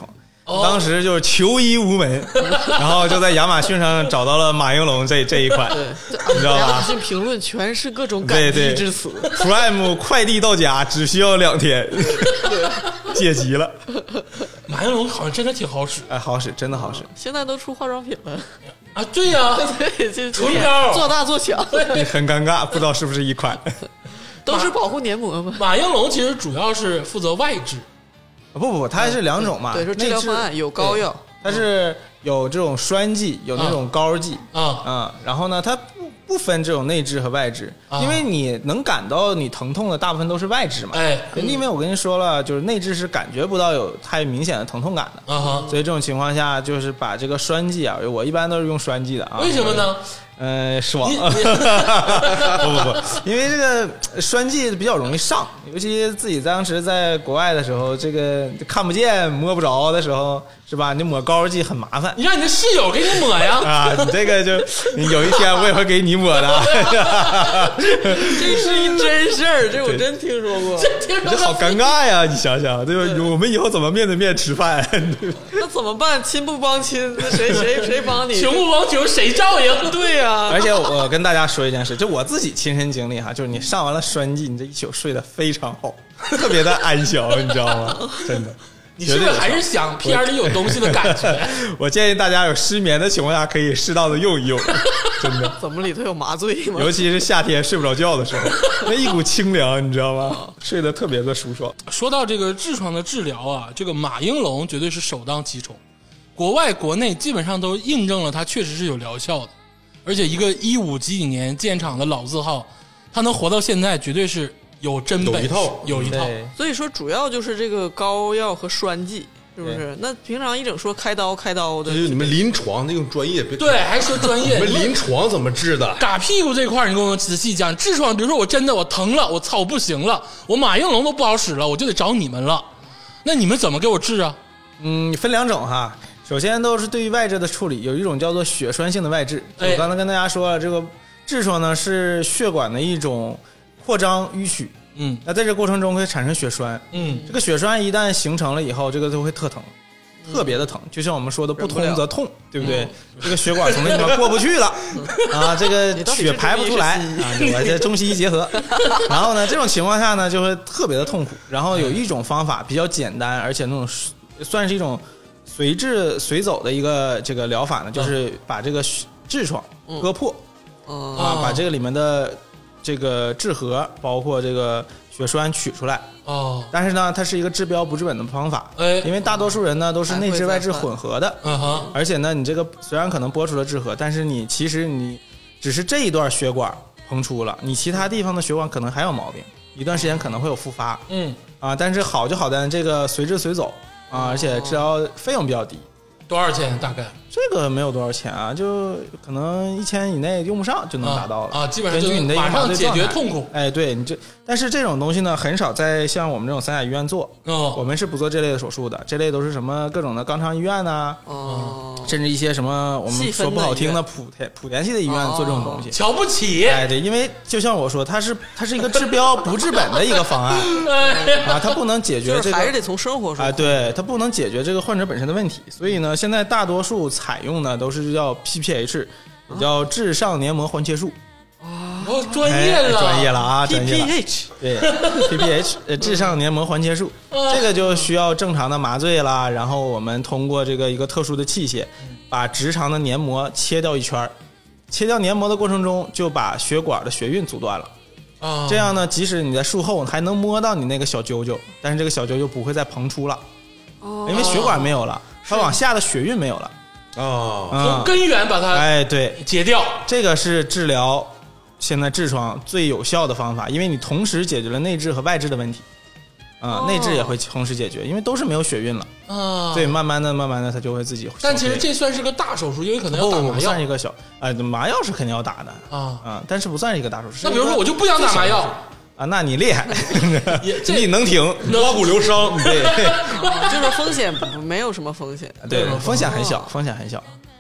哦当时就是求医无门，然后就在亚马逊上找到了马应龙这这一款， 对， 你知道亚马吧逊评论全是各种感对对激之词。 ？Prime 快递到家只需要两天，解急了。 马应龙好像真的挺好使哎，好使，真的好使。 现在都出化妆品了， 啊，对呀、 对，这唇膏做大做强， 很尴尬，不知道是不是一款。 都是保护黏膜嘛。 马应龙其实主要是负责外痔， 不不不，它是两种嘛。 对，说治疗方案有膏药， 它是有这种栓剂，有那种膏剂啊啊。然后呢，它不不分这种内痔和外痔， 啊因为你能感到你疼痛的大部分都是外痔嘛。 哎因为我跟你说了，就是内痔是感觉不到有太明显的疼痛感的。 啊哈， 所以这种情况下，就是把这个栓剂啊，我一般都是用栓剂的啊。 为什么呢？ 嗯，爽。 你不不不，因为这个栓剂比较容易上，尤其自己当时在国外的时候，这个看不见摸不着的时候，是吧？你抹膏剂很麻烦。 你让你的室友给你抹呀， 啊，你这个就你有一天我也会给你抹的。 这是一真事儿，这我真听说过。 听这好尴尬呀！你想想，对吧？我们以后怎么面对面吃饭？ 那怎么办？亲不帮亲，那谁谁谁帮你？ 穷不帮穷谁照应？ 对呀、 而且我跟大家说一件事，就我自己亲身经历哈，就是你上完了栓剂，你这一宿睡得非常好，特别的安详，你知道吗？真的。 你是不是还是想片儿里有东西的感觉？ 我建议大家有失眠的情况下，可以适当的用一用，真的。 怎么里头有麻醉吗？ 尤其是夏天睡不着觉的时候，那一股清凉，你知道吗？睡得特别的舒爽。 说到这个痔疮的治疗啊，这个马应龙绝对是首当其冲，国外国内基本上都印证了它确实是有疗效的，而且一个一五几几年建厂的老字号，它能活到现在，绝对是有真本事， 有一套有一套。 对， 所以说主要就是这个膏药和栓剂，是不是？那平常一整说开刀开刀的这，就是你们临床那种专业，别对，还说专业。 你们临床怎么治的？ 打屁股这块儿，你给我仔细讲。痔疮，比如说我真的我疼了，我操，我不行了，我马应龙都不好使了，我就得找你们了。那你们怎么给我治啊？ 嗯，分两种哈。首先都是对于外痔的处理，有一种叫做血栓性的外痔。 哎我刚才跟大家说了，这个痔疮呢是血管的一种扩张淤曲， 嗯那在这个过程中会产生血栓。 嗯这个血栓一旦形成了以后，这个就会特疼，特别的疼，就像我们说的不通则痛，对不对？这个血管从那地方过不去了啊，这个血排不出来啊，我这中西医结合。然后呢，这种情况下呢，就会特别的痛苦。然后有一种方法比较简单，而且那种算是一种随治随走的一个这个疗法呢，就是把这个痔疮割破嗯啊，把这个里面的这个痔核包括这个血栓取出来。 哦， 但是呢，它是一个治标不治本的方法， 哎因为大多数人呢都是内痔外痔混合的， 嗯哼， 而且呢，你这个虽然可能剥除了痔核，但是你其实你只是这一段血管膨出了，你其他地方的血管可能还有毛病，一段时间可能会有复发嗯， 啊。但是好就好在这个随治随走啊，而且治疗费用比较低。 多少钱大概？ 这个没有多少钱啊，就可能一千以内用不上就能达到了啊啊基本上就根据你的一个马上解麻醉状态决痛苦哎，对你这，但是这种东西呢，很少在像我们这种三甲医院做。 哦我们是不做这类的手术的，这类都是什么各种的肛肠医院呐、 哦， 甚至一些什么我们细分的说不好听的医院莆田莆田系的医院做这种东西。 瞧不起， 哎，对，因为就像我说，它是它是一个治标不治本的一个方案啊，它不能解决就是这个， 还是得从生活说啊，对，它不能解决这个患者本身的问题。所以呢，现在大多数采用的都是叫 P P H，也叫痔上黏膜环切术。 哦，专业哎了， 专业了啊， P 专业 P 了。 H 对 P P H 呃痔上黏膜环切术，这个就需要正常的麻醉啦，然后我们通过这个一个特殊的器械，把直肠的黏膜切掉一圈儿，切掉黏膜的过程中就把血管的血运阻断了。 啊， 这样呢，即使你在术后还能摸到你那个小揪揪，但是这个小揪揪不会再膨出了， 哦因为血管没有了，它往下的血运没有了。 啊， 从啊， 根源把它哎，对， 解掉。 这个是治疗现在痔疮最有效的方法，因为你同时解决了内痔和外痔的问题，啊、 哦内痔也会同时解决，因为都是没有血运了， 啊， 对，慢慢的、慢慢的它就会自己消退。 但其实这算是个大手术，因为可能要不不不打麻药算是一个小，哎、麻药是肯定要打的啊。 啊，但是不算是一个大手术。 那比如说，我就不想打麻药， 啊，那你厉害也，这你能停， 刮骨疗伤， 对哦就是风险不没有什么风险。 对，风险很小，风险很小。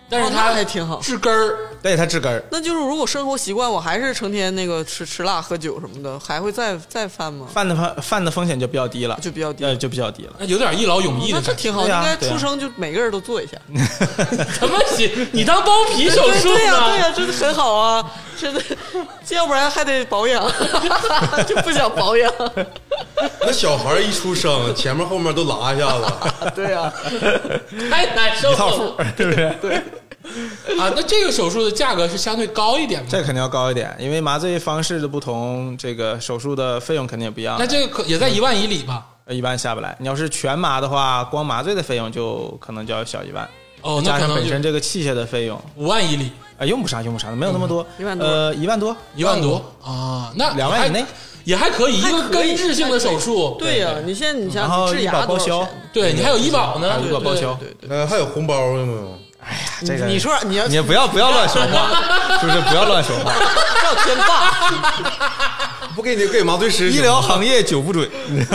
哦但是它那还挺好治根儿。 对，它治根儿。 那就是如果生活习惯我还是成天那个吃吃辣喝酒什么的，还会再再犯吗？ 犯的犯犯的风险就比较低了， 就比较低呃，就比较低了。 那有点一劳永逸的感觉。 那这挺好， 对啊应该对啊出生就每个人都做一下。 什么行？你当包皮手术对呀、 呢？ 对呀、真的很好啊，真的，要不然还得保养，就不想保养。 那小孩一出生，前面后面都拉一下子， 对呀、 太难受一套数了。 是不是？ 对， 啊，那这个手术的价格是相对高一点吗？ 这肯定要高一点，因为麻醉方式的不同，这个手术的费用肯定也不一样。 那这个可也在一万以里吧？ 一般下不来。你要是全麻的话，光麻醉的费用就可能就要小一万。 哦，那加上可能就本身这个器械的费用， 五万以里， 啊、用不上，用不上，没有那么多， 一万多呃，一万多， 一万多啊，那还两万以内， 也还可以，一个还可以根治性的手术。 对呀、你现在你然后想治医保报销牙多少钱？ 对你还有医保呢， 还有医保报销对对对。 呃，还有红包有没有？ 这个你说你要你不要不要乱说话，是不是？不要乱说话。 叫天霸， 不给你给麻醉师医疗行业九不准，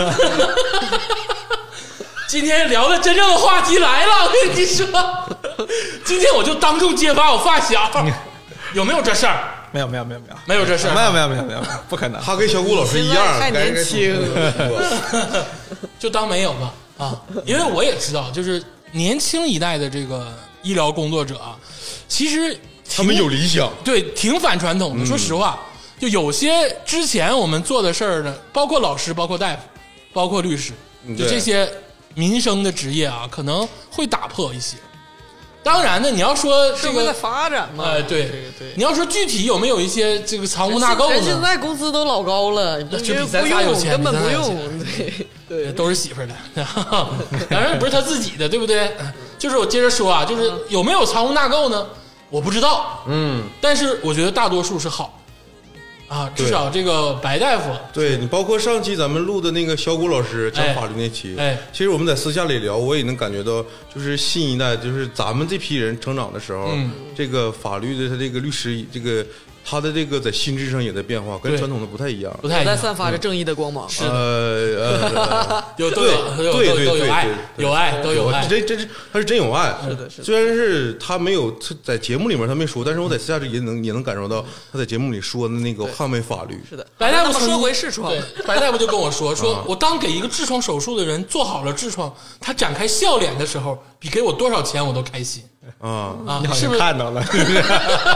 今天聊的真正的话题来了，我跟你说，今天我就当众揭发我发小，有没有这事儿？ 没有没有没有没有没有这事儿， 没有没有没有没有，不可能。 他跟小顾老师一样， 太年轻该就当没有吧啊，因为我也知道，就是年轻一代的这个医疗工作者啊，其实他们有理想， 对，挺反传统的。说实话，就有些之前我们做的事儿呢，包括老师、包括大夫、包括律师，就对这些民生的职业啊，可能会打破一些。当然呢，你要说这社会在个， 发展嘛。 哎，对对对。 你要说具体有没有一些这个藏污纳垢人现呢？ 在工资都老高了，你不就比不咱仨有用， 钱根本不比咱俩有用。对对， 都是媳妇儿的，当然不是他自己的，对不对？就是我接着说啊，就是有没有藏污纳垢呢？我不知道， 嗯， 但是我觉得大多数是好啊，至少这个白大夫， 对你包括上期咱们录的那个小谷老师讲法律那期， 哎哎其实我们在私下里聊，我也能感觉到，就是新一代，就是咱们这批人成长的时候， 嗯这个法律的他这个律师，这个他的这个在心智上也在变化，跟对传统的不太一样。 不太一样， 在散发着正义的光芒。 是的， 呃呃， 有都有都有对对对都有爱对，对有爱都有爱， 这这是他是真有爱。 是的是的虽然是他没有在节目里面他没说，但是我在私下里也能也能感受到他在节目里说的那个捍卫法律。 是的， 白大夫那么说曾经回痔疮， 对，白大夫就跟我说， 啊说我当给一个痔疮手术的人做好了痔疮，他展开笑脸的时候，比给我多少钱我都开心啊， 啊你！好像是不是？ 看到了，是不是？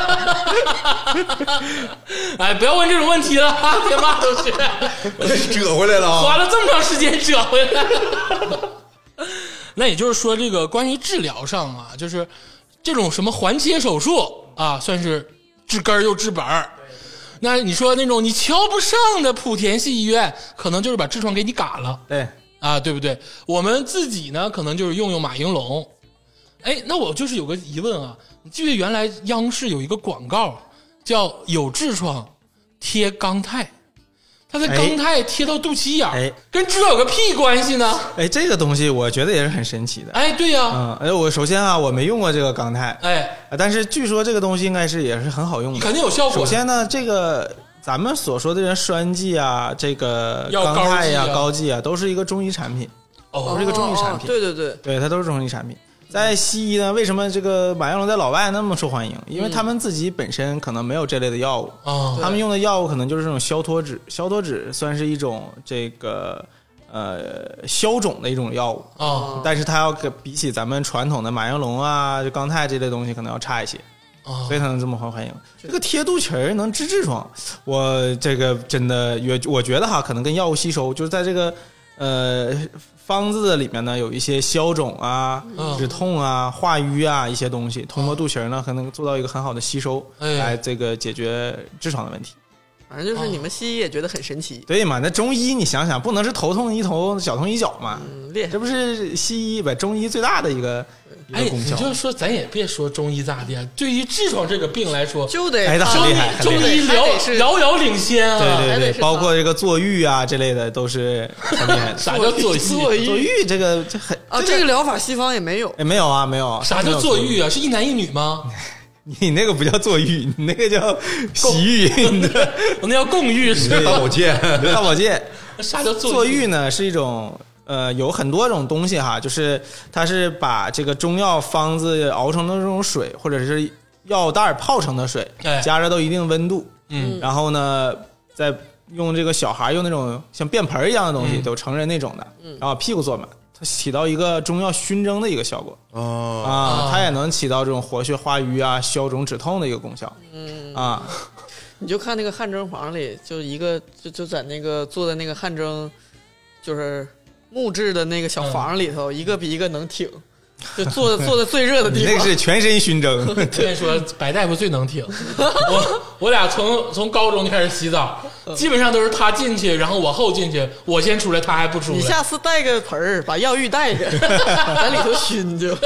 哎，不要问这种问题了，天霸同学， 折回来了啊！ 花了这么长时间折回来。那也就是说，这个关于治疗上啊，就是这种什么环切手术啊，算是治根儿又治本儿。那你说那种你瞧不上的莆田系医院，可能就是把痔疮给你嘎了对， 啊，对不对？我们自己呢，可能就是用用马应龙。哎，那我就是有个疑问啊，你记不记得原来央视有一个广告叫有痔疮贴钢钛，他在钢钛贴到肚脐眼儿， 哎跟痔疮有个屁关系呢？ 哎，这个东西我觉得也是很神奇的。 哎，对呀、 嗯，哎，我首先啊，我没用过这个钢钛， 哎， 啊但是据说这个东西应该是也是很好用的， 肯定有效果。 首先呢，这个咱们所说的这栓剂啊，这个药钢钛呀、 膏剂啊膏剂啊，都是一个中医产品， 哦都是一个中医产品。 哦对对对， 对，它都是中医产品。在西医呢，为什么这个马应龙在老外那么受欢迎？因为他们自己本身可能没有这类的药物， 哦， 他们用的药物可能就是这种消脱酯，消脱酯算是一种这个呃消肿的一种药物， 哦但是它要跟比起咱们传统的马应龙啊、就钢钛这类东西可能要差一些。 哦所以才能这么受欢迎。这个贴肚脐儿能治痔疮，我这个真的有，我觉得哈，可能跟药物吸收，就是在这个呃方子的里面呢，有一些消肿啊、 嗯止痛啊、化瘀啊一些东西，通过肚脐儿呢，可能做到一个很好的吸收， 哎来这个解决痔疮的问题。 反正就是你们西医也觉得很神奇， 对嘛？那中医你想想，不能是头痛医头，脚痛医脚嘛？ 嗯，厉害这。不是西医吧？中医最大的一个一哎， 个功效。 你就说咱也别说中医咋的，对于痔疮这个病来说， 就得哎那很中医厉害很中医还遥得是遥遥领先啊！ 对对对， 还得是包括这个坐浴啊这类的都是很厉害的。 啥叫坐浴？ 坐浴坐浴这个这很啊，这个疗法西方也没有。 哎没有啊没有。 啥叫坐浴啊？是一男一女吗？ 你那个不叫坐浴，你那个叫洗浴，你知道我那叫共浴是大吧？ 保健， 大保健。 啥叫坐浴？ 浴呢是一种呃，有很多种东西哈，就是它是把这个中药方子熬成的这种水，或者是药袋泡成的水， 哎加热到一定温度， 嗯， 然后呢，再用这个小孩用那种像便盆一样的东西， 嗯都成人那种的，然后屁股坐满，它起到一个中药熏蒸的一个效果哦啊，它也能起到这种活血化瘀啊、消肿止痛的一个功效，嗯啊。 你就看那个汗蒸房里，就一个就就在那个坐在那个汗蒸，就是木质的那个小房里头，嗯、一个比一个能挺，就坐坐在最热的地方。 那个是全身熏蒸。 我跟你说，白大夫最能挺。我我俩从从高中就开始洗澡，基本上都是他进去，然后我后进去，我先出来，他还不出来。 你下次带个盆儿，把药浴带着，在里头熏就。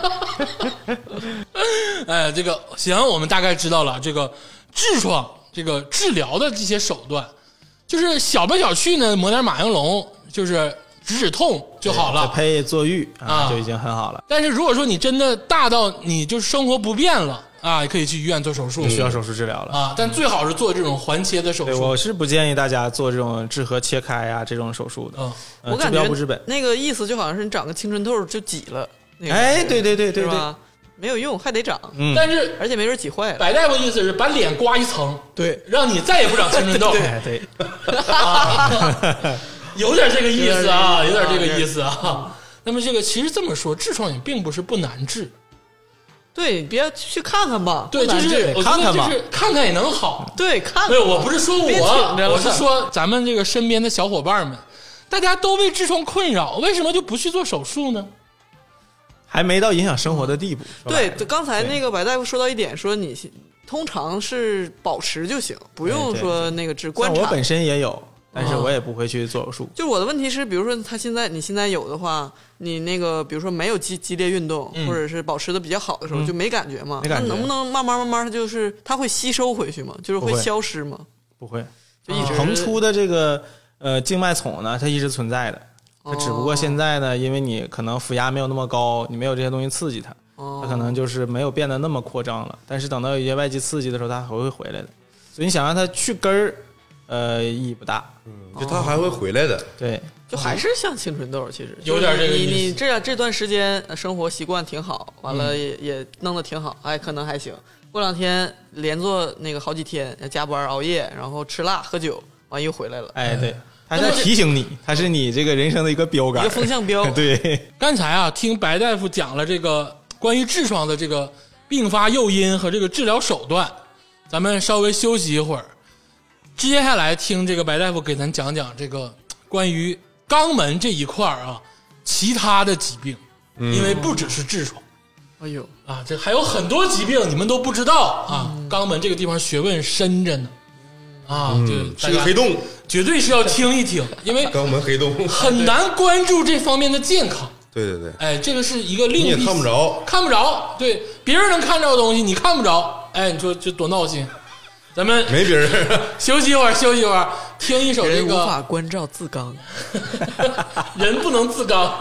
哎，这个行，我们大概知道了这个痔疮这个治疗的这些手段，就是小来小去呢，抹点马应龙，就是止止痛就好了， 再配坐浴 啊, 啊就已经很好了。 但是如果说你真的大到你就是生活不便了啊，也可以去医院做手术， 需要手术治疗了啊。但最好是做这种环切的手术。 对，我是不建议大家做这种治合切开啊这种手术的。 嗯， 呃、 我感觉治标不治本。 那个意思就好像是你长个青春痘就挤了，那个、 哎，对对对对对， 没有用，还得长。 嗯， 但是而且没准挤坏了。 白大夫意思是把脸刮一层， 对， 让你再也不长青春痘。 对对。 啊有点这个意思啊，有点这个意思啊。那么这个其实这么说，痔疮也并不是不难治。 对，你别去看看吧。 对，就是我觉得就是看看也能好。 对，看看。 对，我不是说我，我是说咱们这个身边的小伙伴们，大家都被痔疮困扰，为什么就不去做手术呢？ 还没到影响生活的地步。 对，刚才那个白大夫说到一点，说你通常是保持就行，不用说那个只观察。 我本身也有。但是我也不会去做手术。 就我的问题是，比如说他现在你现在有的话，你那个比如说没有激激烈运动，嗯、或者是保持的比较好的时候，嗯、就没感觉吗？ 没感觉。 那能不能慢慢慢慢，它就是它会吸收回去吗？就是会消失吗？ 不会， 就一直横出的这个呃静脉丛呢，它一直存在的。它只不过现在呢，因为你可能腹压没有那么高，你没有这些东西刺激它， 哦、 它可能就是没有变得那么扩张了。但是等到有一些外界刺激的时候，它还会回来的。所以你想让它去根儿。呃，意义不大， 嗯，就他还会回来的， 对， 就还是像青春痘，其实有点这个意思。 你你这这段时间生活习惯挺好，完了也、嗯、也弄得挺好，哎，可能还行。过两天连做那个好几天，加班熬夜，然后吃辣喝酒，完又回来了。 哎，对，他在提醒你，他是你这个人生的一个标杆， 一个风向标。 对， 刚才啊，听白大夫讲了这个关于痔疮的这个并发诱因和这个治疗手段，咱们稍微休息一会儿。接下来听这个白大夫给咱讲讲这个关于肛门这一块啊，其他的疾病，因为不只是痔疮， 哎呦啊，这还有很多疾病你们都不知道啊。肛门这个地方学问深着呢，啊， 就是个黑洞， 绝对是要听一听，因为肛门黑洞很难关注这方面的健康。 对对对， 哎，这个是一个另你也看不着， 看不着，对，别人能看着的东西你看不着，哎，你说这多闹心。咱们没别人， 休息一会儿，休息一会儿，听一首这个。 人无法关照自肛， 人不能自肛。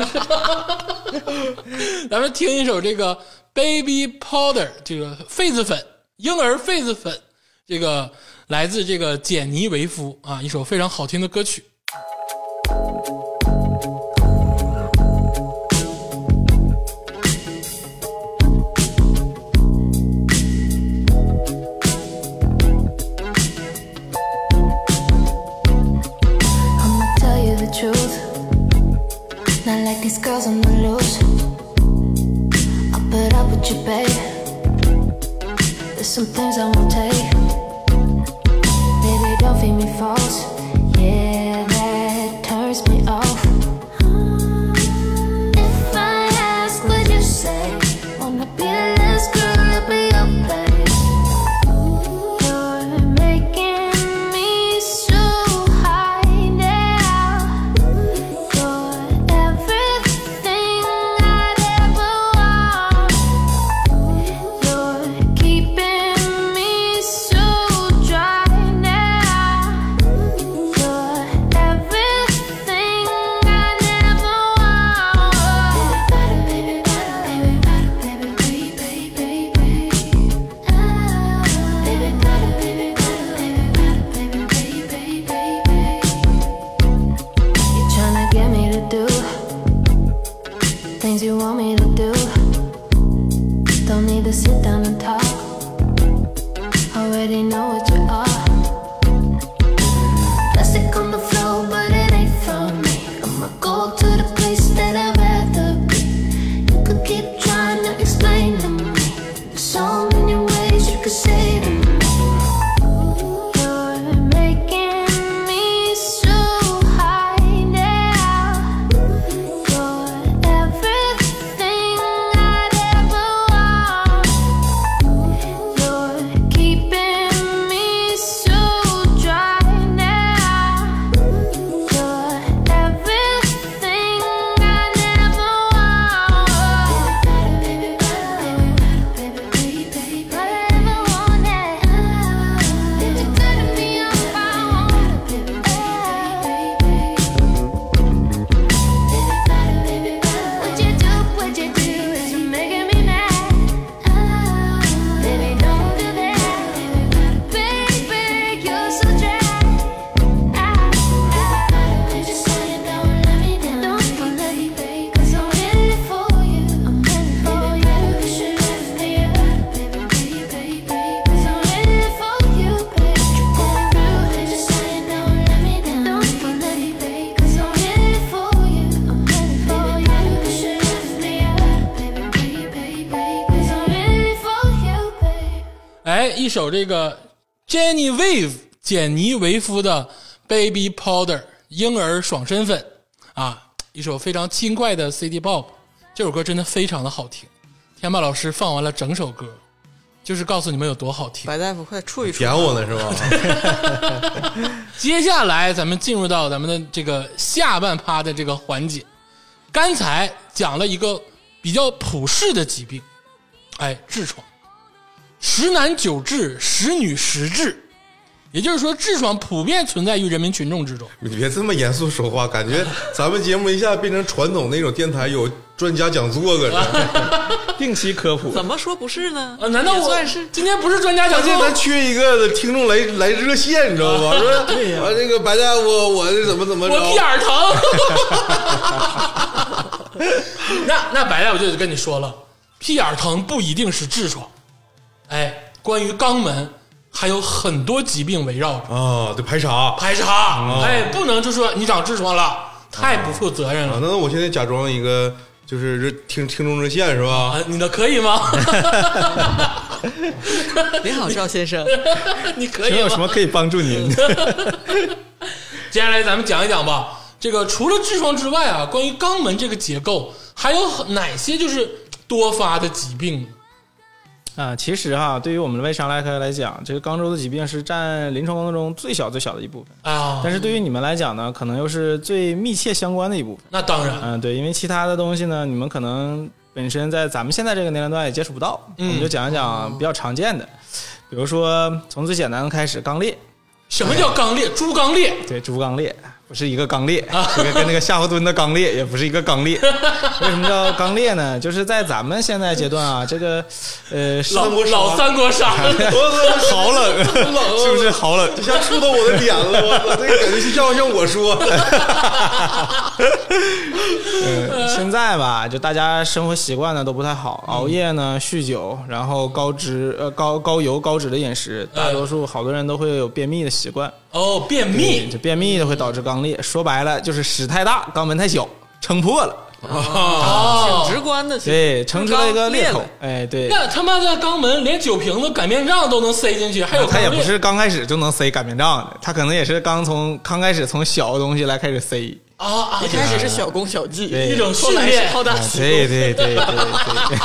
咱们听一首这个 Baby Powder， 这个痱子粉，婴儿痱子粉，这个来自这个简尼维夫啊，一首非常好听的歌曲。 Not like these girls on the loose. I'll put up with you, babe. There's some things I won't take. Baby, don't feed me false. Yeah, that turns me off. If I ask, would you say? Wanna be the last girl to be your babe? You're making me so high now. You're everything I'd ever want. You're keeping me so dry now. 首这个 Jenny Wave 简妮维夫的 Baby Powder 婴儿爽身粉啊，一首非常轻快的 City Pop， 这首歌真的非常的好听。天霸老师放完了整首歌，就是告诉你们有多好听。 白大夫快触一触， 点我呢是吧？ 接下来咱们进入到咱们的这个下半趴的这个环节。刚才讲了一个比较普世的疾病，哎，痔疮。十男九痔，十女十痔，也就是说痔疮普遍存在于人民群众之中。 你别这么严肃说话，感觉咱们节目一下变成传统那种电台有专家讲座搁这， 定期科普。 怎么说不是呢？ 啊，难道我也算是今天不是专家讲关键座？ 咱缺一个听众来来热线，你知道吧？说对呀，这个白大夫，我这怎么怎么着？ 我屁眼儿疼。那那白大夫就跟你说了，屁眼儿疼不一定是痔疮。哎，关于肛门还有很多疾病围绕着啊，得排查排查。哎，不能就说你长痔疮了，太不负责任了。 啊，那我现在假装一个就是热听听众热线是吧？ 啊，你的可以吗？ 你好，赵先生， 你可以吗？ 有什么可以帮助您？ 接下来咱们讲一讲吧。这个除了痔疮之外啊，关于肛门这个结构，还有哪些就是多发的疾病？ 啊，其实哈，对于我们的胃肠内科来讲，这个肛周的疾病是占临床工作中最小最小的一部分啊。 但是对于你们来讲呢，可能又是最密切相关的一部分。 那当然， 嗯，对，因为其他的东西呢，你们可能本身在咱们现在这个年龄段也接触不到。嗯，我们就讲一讲比较常见的，比如说从最简单的开始，肛裂。 什么叫肛裂？猪肛裂？ 对，猪肛裂。不是一个肛裂，这个跟那个夏侯惇的肛裂也不是一个肛裂。为什么叫肛裂呢？就是在咱们现在阶段啊，这个呃老老三国杀， 好冷，是不是好冷？ 一下触到我的点了，我我这个感觉就像像我说的。 呃，现在吧，就大家生活习惯呢都不太好，熬夜呢、酗酒，然后高脂呃高高油高脂的饮食，大多数好多人都会有便秘的习惯。 哦，便秘， 这便秘就会导致肛裂。说白了就是屎太大，肛门太小，撑破了。 哦，挺直观的， 对，撑出了一个裂口。哎，对。 那他妈的肛门连酒瓶子、擀面杖都能塞进去，还有他也不是刚开始就能塞擀面杖的，他可能也是刚从刚开始从小的东西来开始塞。 啊啊！ 一开始是小功小技， 一种训练， 好大喜功。对对对对对。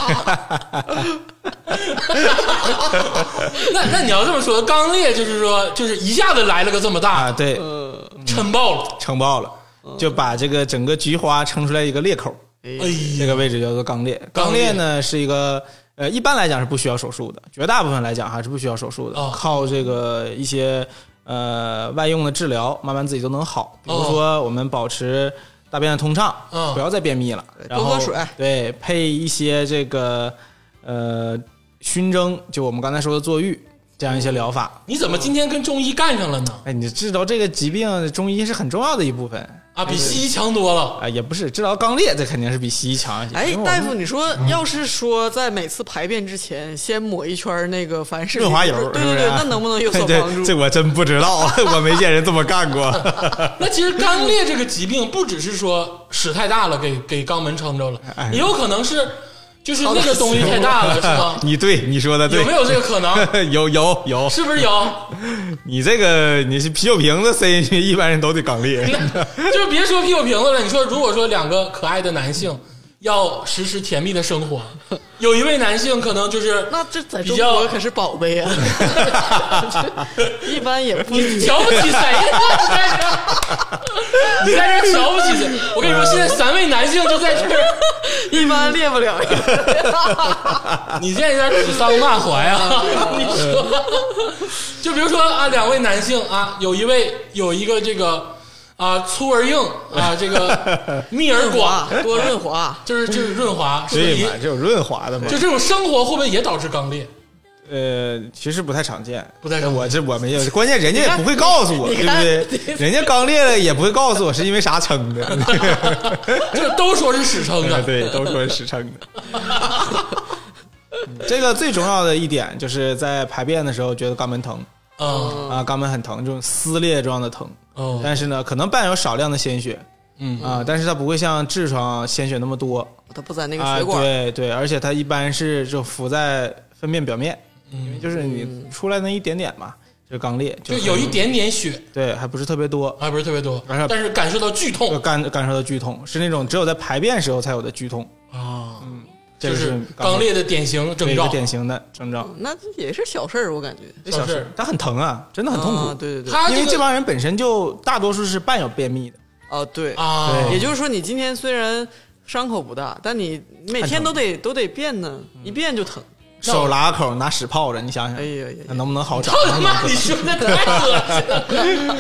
那那你要这么说，肛裂就是说，就是一下子来了个这么大啊，对， 呃， 撑爆了， 撑爆了，就把这个整个菊花撑出来一个裂口， 哎， 这个位置叫做肛裂。肛裂呢是一个呃，一般来讲是不需要手术的，绝大部分来讲还是不需要手术的， 哦、 靠这个一些。呃，外用的治疗，慢慢自己都能好。比如说，我们保持大便的通畅， 哦、 不要再便秘了，然后多喝水， 对，配一些这个呃熏蒸，就我们刚才说的坐浴这样一些疗法。 你怎么今天跟中医干上了呢？ 哎，你知道这个疾病，中医是很重要的一部分啊，比西医强多了。 啊，也不是治疗肛裂，这肯定是比西医强一些。 哎，大夫，你说要是说在每次排便之前先抹一圈那个凡士润滑油， 对对对，那能不能有所帮助？ 这我真不知道，我没见人这么干过。 那其实肛裂这个疾病不只是说屎太大了给给肛门撑着了，也有可能是。就是那个东西太大了，是吗？ 你对你说的对， 有没有这个可能？ 有有有， 是不是有？ 你这个你是啤酒瓶子塞进去，一般人都得肛裂。 就是别说啤酒瓶子了，你说如果说两个可爱的男性要实施甜蜜的生活，有一位男性可能就是那这在中国可是宝贝啊，一般也不你瞧不起谁呀？你在这瞧不起谁？我跟你说，现在三位男性就在这儿， 一般练不了。 你现在有点指桑骂槐啊！你说，就比如说啊，两位男性啊，有一位有一个这个。啊，粗而硬啊，这个密而广， 多润滑， 就是就是润滑， 对嘛，就有润滑的嘛。 就这种生活会不会也导致肛裂？ 呃，其实不太常见， 不太常见。 我这我没有，关键人家也不会告诉我，对不对？人家肛裂了也不会告诉我是因为啥撑的， 就都说是屎撑的， 对，都说是屎撑的。这个最重要的一点就是在排便的时候觉得肛门疼。 嗯、 啊，肛门很疼，这种撕裂状的疼。 哦， 但是呢，可能伴有少量的鲜血。 嗯啊，但是它不会像痔疮鲜血那么多。 它不在那个血管。 啊、对对，而且它一般是就浮在粪便表面。 因为就是你出来那一点点嘛，就是肛裂， 就有一点点血， 对，还不是特别多， 还不是特别多， 而且但是感受到剧痛感感受到剧痛，是那种只有在排便时候才有的剧痛， 啊， 嗯，这个就是肛裂的典型征对一兆， 个典型的征兆。 那这也是小事儿，我感觉。 这小事，但很疼啊，真的很痛苦。 啊对对对， 他因为这个帮人本身就大多数是伴有便秘的， 啊对， 啊， 对也就是说，你今天虽然伤口不大，但你每天都得都得便呢，一便就疼。 手拉口拿屎泡着，你想想， 哎呀呀那能不能好长？ 他妈你说的太恶心了，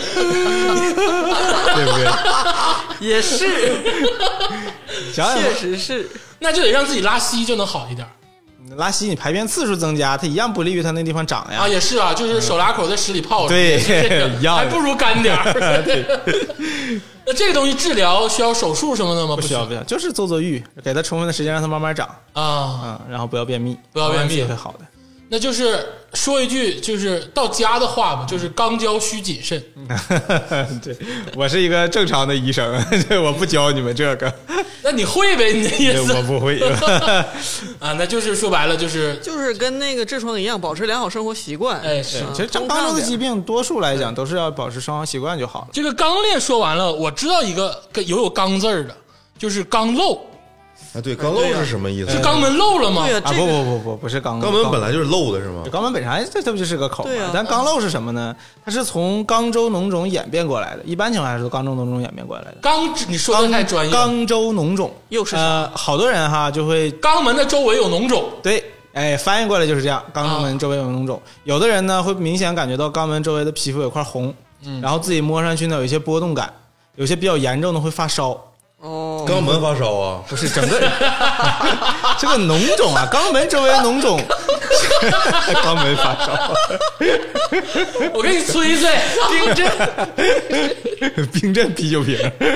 对不对？ 也是， 想想确实是。 那就得让自己拉稀就能好一点拉稀，你排便次数增加，它一样不利于它那地方长呀。 啊，也是啊，就是手拉口在屎里泡着， 对也是这个一样的还不如干点儿。那这个东西治疗需要手术什么的吗？ 不需要，不需要，就是做做浴，给它充分的时间让它慢慢长， 啊， 嗯，然后不要便秘， 不要便秘慢慢自己会好的。 那就是说一句就是到家的话吧，就是肛交需谨慎。 对，我是一个正常的医生，我不教你们这个， 那你会呗？你的意思我不会啊？那就是说白了就是， 就是跟那个痔疮一样，保持良好生活习惯。 哎，是其实正常的疾病，多数来讲都是要保持生活习惯就好了。 这个肛裂说完了，我知道一个跟有有肛字儿的，就是肛漏， 啊，对，肛漏是什么意思？ 是肛门漏了吗？ 对呀、 啊， 这个不不不不，不是肛肛门本来就是漏的，是吗？ 肛门本来这这不就是个口嘛？ 对啊但肛瘘是什么呢？它是从肛周脓肿演变过来的，一般情况下是从肛周脓肿演变过来的。 肛，你说的太专业了。 肛周脓肿又是啥呃，好多人哈就会肛门的周围有脓肿， 对，哎，翻译过来就是这样，肛门周围有脓肿。有的人呢会明显感觉到肛门周围的皮肤有块红， 嗯然后自己摸上去呢有一些波动感，有些比较严重的会发烧。 哦， 肛门发烧啊？ 不是整个这个脓肿啊，肛门周围脓肿，肛门发烧， 我给你吹吹。 冰镇， 冰镇啤酒瓶。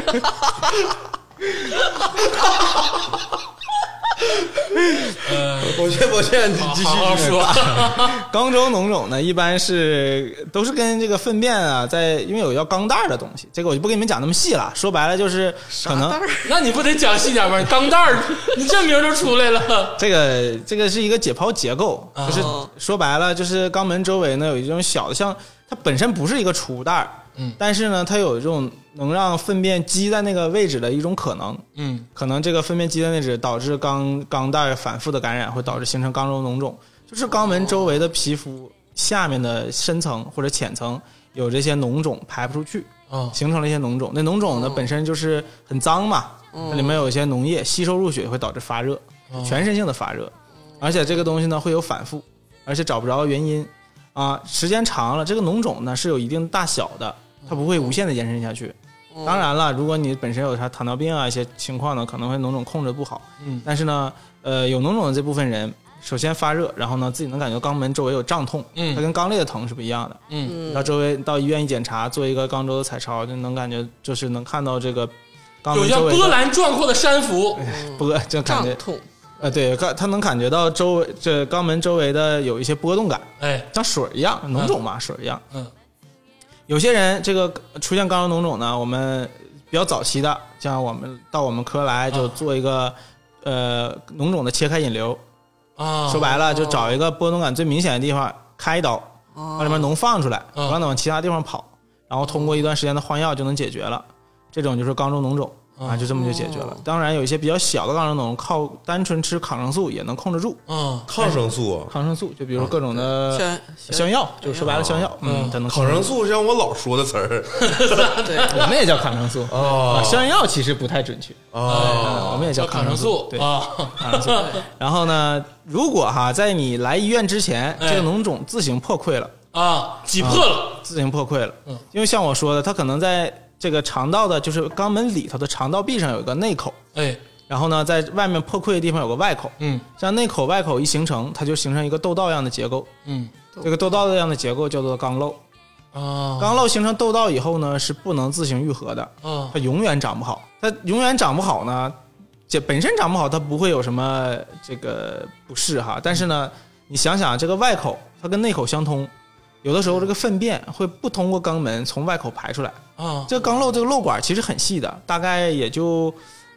抱歉抱歉，你继续好好说。 肛周脓肿呢，一般是都是跟这个粪便啊，在因为有叫肛袋的东西，这个我就不跟你们讲那么细了。说白了就是可能那你不得讲细点吗？肛袋儿，你这名儿就出来了。 这个这个是一个解剖结构， 啊就是说白了就是肛门周围呢有一种小的，像它本身不是一个储物袋， 嗯， 但是呢它有这种能让粪便积在那个位置的一种可能， 嗯， 可能这个粪便积在那位置导致肛肛袋反复的感染，会导致形成肛周脓肿，就是肛门周围的皮肤下面的深层或者浅层有这些脓肿排不出去， 哦形成了一些脓肿。那脓肿呢本身就是很脏嘛，它里面有一些脓液吸收入血会导致发热，全身性的发热，而且这个东西呢会有反复，而且找不着原因啊，时间长了这个脓肿呢是有一定大小的，它不会无限的延伸下去。当然了，如果你本身有啥糖尿病啊一些情况呢，可能会脓肿控制不好。 嗯， 但是呢，呃，有脓肿的这部分人，首先发热，然后呢自己能感觉肛门周围有胀痛， 嗯它跟肛裂的疼是不一样的。 嗯， 到周围到医院一检查，做一个肛周的彩超，就能感觉就是能看到这个肛有像门周围的波澜壮阔的山幅。 波，就感觉胀痛， 呃对，他他能感觉到周围这肛门周围的有一些波动感， 哎， 像水一样，脓肿嘛，水一样。 嗯， 有些人这个出现肛周脓肿呢，我们比较早期的，像我们到我们科来就做一个、呃脓肿的切开引流， 啊， 说白了就找一个波动感最明显的地方开一刀，把里面脓放出来，不让它往其他地方跑，然后通过一段时间的换药就能解决了。这种就是肛周脓肿啊，就这么就解决了。当然有一些比较小的肛周脓肿，靠单纯吃抗生素也能控制住。 嗯， 抗生素啊， 抗生素就比如说各种的香香药，就说白了香药，嗯，它能控制抗生素像我老说的词儿对， 我们也叫抗生素啊啊，香药其实不太准确啊， 啊，我们也叫抗生生素，对， 啊。 抗生素。然后呢，如果哈在你来医院之前， 哎这个脓肿自行破溃了， 啊，挤破了， 自行破溃了， 嗯， 因为像我说的，它可能在这个肠道的，就是肛门里头的肠道壁上有一个内口， 哎， 然后呢，在外面破溃的地方有个外口， 嗯这样内口外口一形成，它就形成一个窦道一样的结构， 嗯这个窦道一样的结构叫做肛瘘。 啊， 肛瘘形成窦道以后呢，是不能自行愈合的， 啊它永远长不好。它永远长不好呢，这本身长不好，它不会有什么这个不适哈。但是呢，你想想这个外口，它跟内口相通，有的时候这个粪便会不通过肛门从外口排出来。 啊， 这个肛瘘这个瘘管其实很细的，大概也就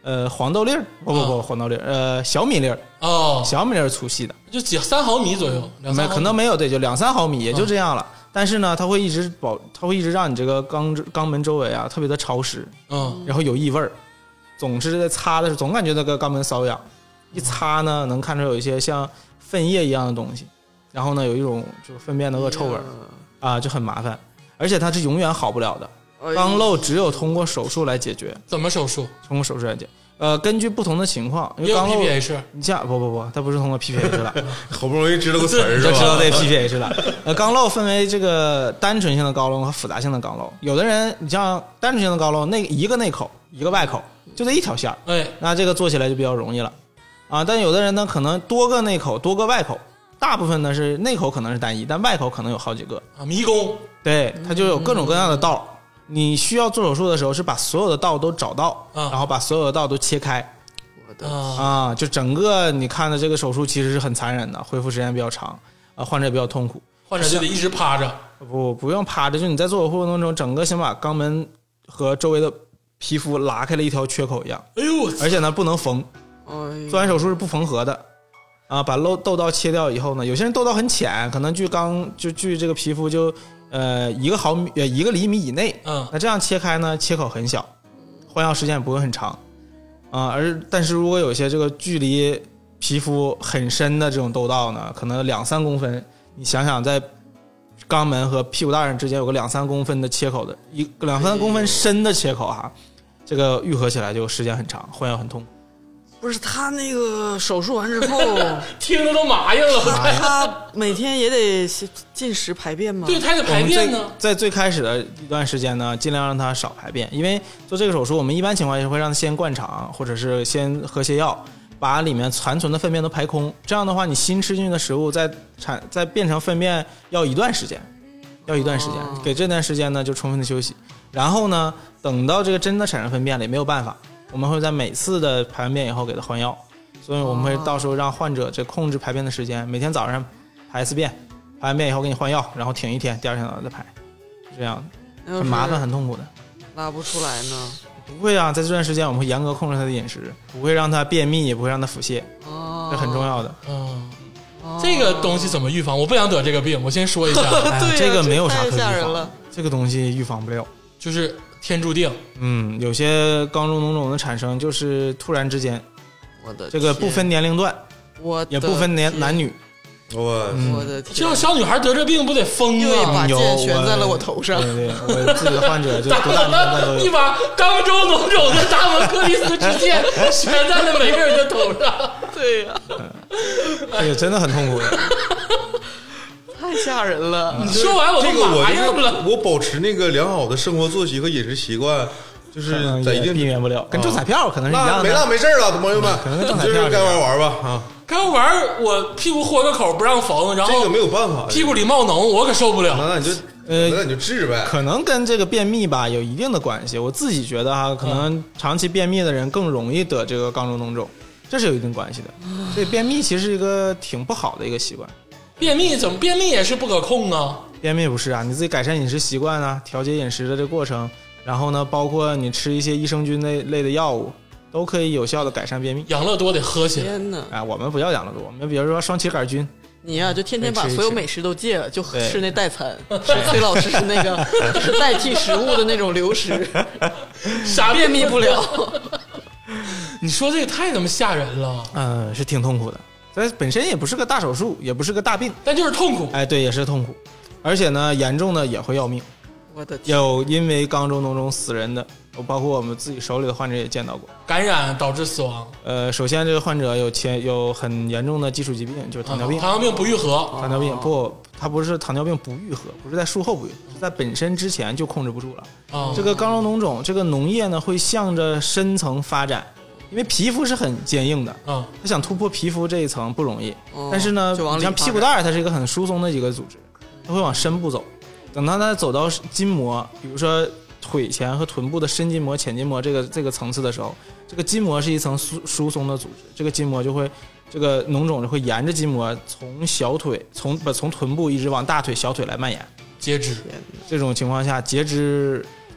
呃黄豆粒儿，不不不，黄豆粒儿，呃小米粒儿， 哦， 小米粒儿粗细的， 就几三毫米左右，两三没毫米可能没有，对，就两三毫米，也就这样了。但是呢，它会一直保，它会一直让你这个肛肛门周围啊特别的潮湿， 嗯， 然后有异味儿，总是在擦的时候总感觉那个肛门瘙痒，一擦呢能看出有一些像粪液一样的东西，然后呢有一种就是粪便的恶臭味儿啊，就很麻烦，而且它是永远好不了的。肛瘘只有通过手术来解决， 怎么手术？ 通过手术来解决。呃，根据不同的情况，因为也有肛瘘 P P H， 你像不不不，它不是通过 P P H 了， 好不容易知道个词儿是吧？ 就知道这 P P H 了。呃，肛瘘分为这个单纯性的肛瘘和复杂性的肛瘘。有的人，你像单纯性的肛瘘，那一个内口一个外口，就这一条线儿， 哎， 那这个做起来就比较容易了啊。但有的人呢，可能多个内口多个外口，大部分呢是内口可能是单一，但外口可能有好几个啊，迷宫， 对，它就有各种各样的道。你需要做手术的时候，是把所有的道都找到， 啊然后把所有的道都切开。 啊， 啊，就整个你看的这个手术其实是很残忍的，恢复时间比较长，啊，患者也比较痛苦。 患者就得一直趴着， 不不用趴着，就你在做手术过程中，整个先把肛门和周围的皮肤拉开了一条缺口一样， 哎呦， 而且呢不能缝， 哎做完手术是不缝合的。啊，把漏痘道切掉以后呢，有些人痘道很浅，可能距肛就距这个皮肤就呃一个毫米呃一个厘米以内， 嗯， 那这样切开呢，切口很小，换药时间也不会很长。啊，而但是如果有些这个距离皮肤很深的这种痘道呢，可能两三公分，你想想在肛门和屁股蛋儿之间有个两三公分的切口的一两三公分深的切口哈，这个愈合起来就时间很长，换药很痛苦。 不是他那个手术完之后， 听着都麻痒了， 他每天也得进食排便吗？ 对，他还得排便呢。 在最开始的一段时间呢，尽量让他少排便，因为做这个手术，我们一般情况下会让他先灌肠，或者是先喝泻药，把里面残存的粪便都排空。这样的话，你新吃进去的食物再产再变成粪便要一段时间，要一段时间， 哦给这段时间呢就充分的休息。然后呢，等到这个真的产生粪便了，也没有办法，我们会在每次的排完便以后给他换药，所以我们会到时候让患者这控制排便的时间，每天早上排一次便，排完便以后给你换药，然后停一天，第二天早上再排，这样很麻烦很痛苦的。 拉不出来呢？ 不会啊，在这段时间我们会严格控制他的饮食，不会让他便秘，也不会让他腹泻， 哦， 这很重要的。 嗯，这个东西怎么预防？我不想得这个病，我先说一下， 哎对啊这个没有啥可这太吓预防人了， 这个东西预防不了。 就是天注定。 嗯，有些肛瘘脓肿的产生就是突然之间， 我的这个不分年龄段， 我的也不分年天男女。 我我的天， 这要小女孩得这病不得疯又一啊？ 把有剑悬在了我头上。 对对，我自己的患者就多大年龄段都有。 一把肛周脓肿的达摩克里斯之剑悬在了每个人的头上。 对呀、 这个真的很痛苦的。 太吓人了。 你说完我都这个我麻痒了。 就是我保持那个良好的生活作息和饮食习惯，就是在一也定避免不了，跟中彩票可能是一那没那样的。 没事儿了，朋友们， 可能跟中彩就是票该玩玩吧啊， 刚玩儿我屁股豁个口不让缝，然后这个没有办法， 屁股里冒脓，我可受不了。 那那你就呃那你就治呗。 可能跟这个便秘吧有一定的关系。我自己觉得哈，可能长期便秘的人更容易得这个肛瘘脓肿，这是有一定关系的。所以便秘其实是一个挺不好的一个习惯。 便秘怎么便秘也是不可控啊？ 便秘不是啊，你自己改善饮食习惯啊，调节饮食的这个过程，然后呢，包括你吃一些益生菌类类的药物，都可以有效的改善便秘。 养乐多得喝起来。 天哪！ 啊，我们不叫养乐多，我们比如说双歧杆菌， 你呀、就天天把吃一吃所有美食都戒了，就对吃那代餐，吃崔老师是那个就是代替食物的那种流食， 啥便秘不了。 你说这个太他妈吓人了， 嗯、是挺痛苦的。这本身也不是个大手术，也不是个大病， 但就是痛苦。 哎，对，也是痛苦，而且呢，严重的也会要命。 我的天！ 有因为肛周脓肿死人的，包括我们自己手里的患者也见到过。 感染导致死亡， 呃，首先这个患者有前有很严重的基础疾病，就是糖尿病。 糖尿病不愈合， 糖尿病不，它不是糖尿病不愈合，不是在术后不愈合，是在本身之前就控制不住了。 啊这个肛瘘脓肿，这个脓液呢会向着深层发展，因为皮肤是很坚硬的， 啊它想突破皮肤这一层不容易。 哦但是呢， 就往里你像屁股蛋儿，它是一个很疏松的一个组织，它会往深部走。等到它走到筋膜，比如说腿前和臀部的深筋膜、浅筋膜这个这个层次的时候，这个筋膜是一层疏疏松的组织，这个筋膜就会，这个脓肿就会沿着筋膜从小腿从不从臀部一直往大腿、小腿来蔓延。 截肢， 这种情况下，截肢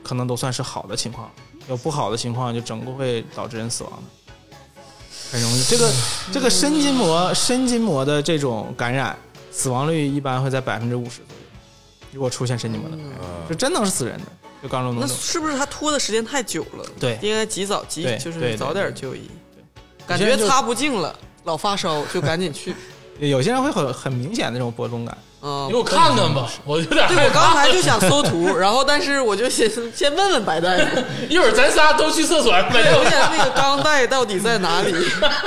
可能都算是好的情况，有不好的情况就整个会导致人死亡的，很容易。这个这个深筋膜深筋膜的这种感染，死亡率一般会在百分之五十左右。如果出现深筋膜的感染，就真能是死人的，就肛中脓那肿。 是不是他拖的时间太久了？ 对， 应该及早及对就是早点就医。感有些人就觉擦不净了，老发烧就赶紧去。 有些人会很很明显的这种播种感。 嗯你给，我看看吧，我有点对， 害我刚怕。 才就想搜图，然后但是我就先先问问白大夫， 一会儿咱仨都去厕所，没对，我有？ 想那个钢带到底在哪里？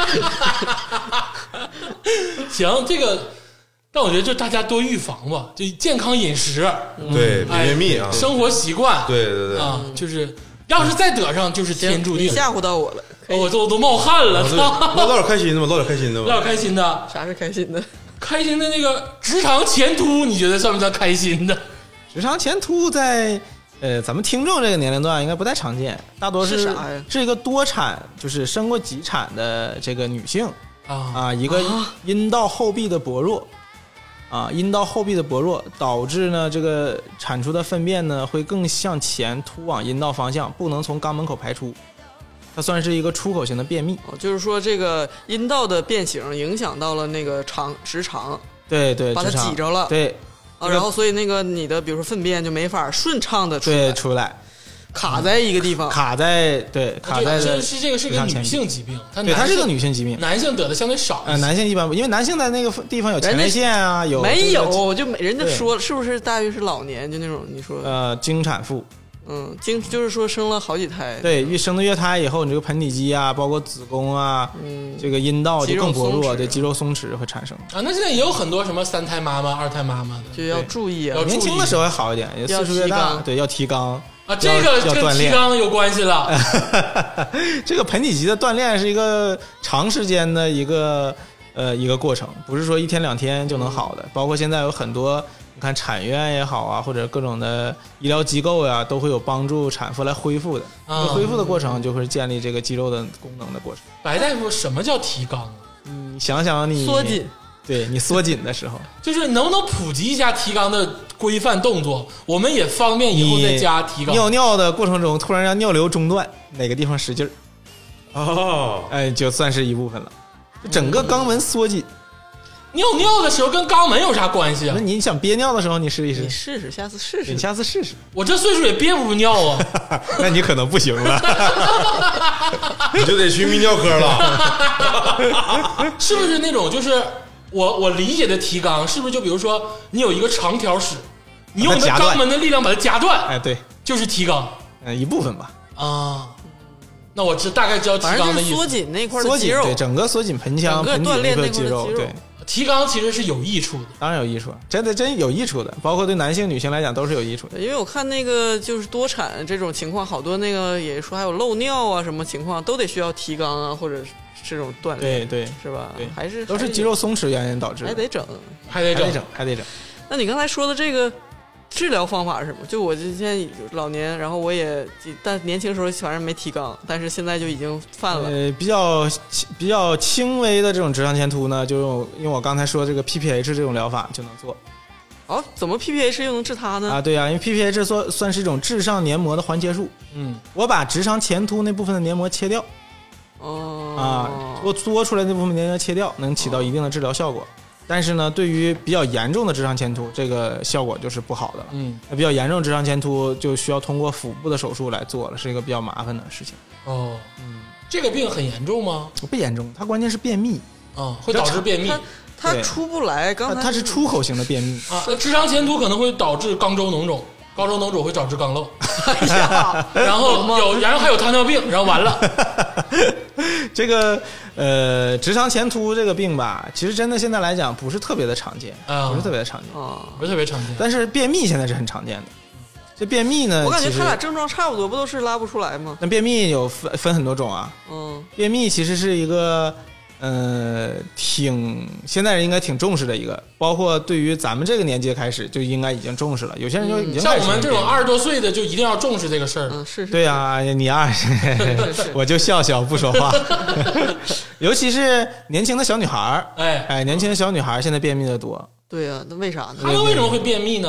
行，这个，但我觉得就大家多预防吧，就健康饮食， 对，别哎便秘啊， 生活习惯， 对对对， 啊，就是要是再得上，就是天注定。 你吓唬到我了。可以我都我都冒汗了， 啊对操！ 唠唠点开心的吧，唠点开心的唠吧。 点开心的， 啥是开心的？ 开心的那个职场前途，你觉得算不算开心的？ 直肠前突在呃咱们听众这个年龄段应该不太常见，大多是啥呀是一个多产，就是生过几产的这个女性啊啊，一个阴道后壁的薄弱啊，阴道后壁的薄弱导致呢这个产出的粪便呢会更向前突往阴道方向，不能从肛门口排出，它算是一个出口型的便秘。 哦，就是说这个阴道的变形影响到了那个肠直肠对对， 把它直肠挤着了对啊，然后所以那个你的比如说粪便就没法顺畅的出对来， 出来卡在一个地方。 卡在对卡在这的这是这个是个女性疾病，它对，它是个男性女性疾病。 男性得的相对少一呃， 些。 男性一般不，因为男性在那个地方有前列腺啊，有没这个有，就没人家对说了，是不是大约是老年就那种？你说， 呃经产妇， 嗯，经就是说生了好几胎， 对，越生的越胎以后，你这个盆底肌啊，包括子宫啊， 嗯， 这个阴道就更薄弱， 肌肉松弛对，肌肉松弛会产生。 啊，那现在也有很多什么三胎妈妈、二胎妈妈的就要注意啊要。注意年轻的时候还好一点， 要岁数越大， 提肛对，要提肛。 啊，这个跟提要锻炼纲有关系了。 这个盆底肌的锻炼是一个长时间的一个呃一个过程，不是说一天两天就能好的。包括现在有很多，你看产院也好啊，或者各种的医疗机构呀、都会有帮助产妇来恢复的。 啊这个恢复的过程就会建立这个肌肉的功能的过程。 白大夫，什么叫提纲啊？ 你想想你缩紧， 对你缩紧的时候， 就是能不能普及一下提纲的规范动作？我们也方便以后在家提纲。 尿尿的过程中突然让尿流中断，哪个地方使劲儿， 哦， 哎，就算是一部分了。就整个肛门缩紧， 尿尿的时候跟肛门有啥关系啊那？你想憋尿的时候，你试一试你，试试，下次试试你。下次试试， 我这岁数也憋不住尿啊。 那你可能不行了。 你就得去泌尿科了。 是不是那种就是我我理解的提纲，是不是就比如说你有一个长条矢，你用你的把它夹断肛门的力量把它夹断， 哎，对， 就是提纲嗯，一部分吧， 啊。那我知大概知道提反正纲的意思。 就是缩紧那块的肌肉， 缩紧对，整个缩紧盆腔、 整个盆底锻炼那块的那块肌肉， 肌肉对， 提纲其实是有益处的。 当然有益处，真的真有益处的，包括对男性、女性来讲都是有益处的。 因为我看那个就是多产这种情况，好多那个也说还有漏尿啊什么情况，都得需要提肛啊，或者是这种锻炼， 对对是吧？ 对， 还是都是肌肉松弛原因导致的， 还得整。 还得整还得整，还得整。 那你刚才说的这个治疗方法是什么？就我之前老年，然后我也但年轻时候反正没提肛，但是现在就已经犯了。 呃，比较比较轻微的这种直肠前突呢，就用用我刚才说这个 P P H 这种疗法就能做哦，怎么 P P H 又能治它呢？ 啊。对呀、因为 P P H 算算是一种至上黏膜的环切术， 嗯， 我把直肠前突那部分的黏膜切掉哦啊，我多出来那部分黏膜切掉，能起到一定的治疗效果。但是呢，对于比较严重的直肠前突，这个效果就是不好的了。 嗯， 那比较严重的直肠前突就需要通过腹部的手术来做了，是一个比较麻烦的事情。 哦，嗯，这个病很严重吗？ 不严重，它关键是便秘， 啊，会导致便秘它它对出不来，刚才它它是出口型的便秘。 啊。那直肠前突可能会导致肛周脓肿，肛周脓肿会导致肛瘘， 哎呀， 然后有，然后还有糖尿病，然后完了。 这个呃，直肠前突这个病吧，其实真的现在来讲不是特别的常见， 啊不是特别的常见。 啊， 不是特别常见。 但是便秘现在是很常见的。这便秘呢， 我感觉其实他俩症状差不多，不都是拉不出来吗？ 那便秘有分分很多种啊。 嗯， 便秘其实是一个呃，挺现在人应该挺重视的一个，包括对于咱们这个年纪开始就应该已经重视了。有些人就已经开始像我们这种便秘二十多岁的，就一定要重视这个事儿。 嗯，是是， 对啊，你二十，我就笑笑不说话。尤其是年轻的小女孩儿， 哎， 哎，年轻的小女孩儿现在便秘的多， 对呀，那为啥呢？ 他们为什么会便秘呢？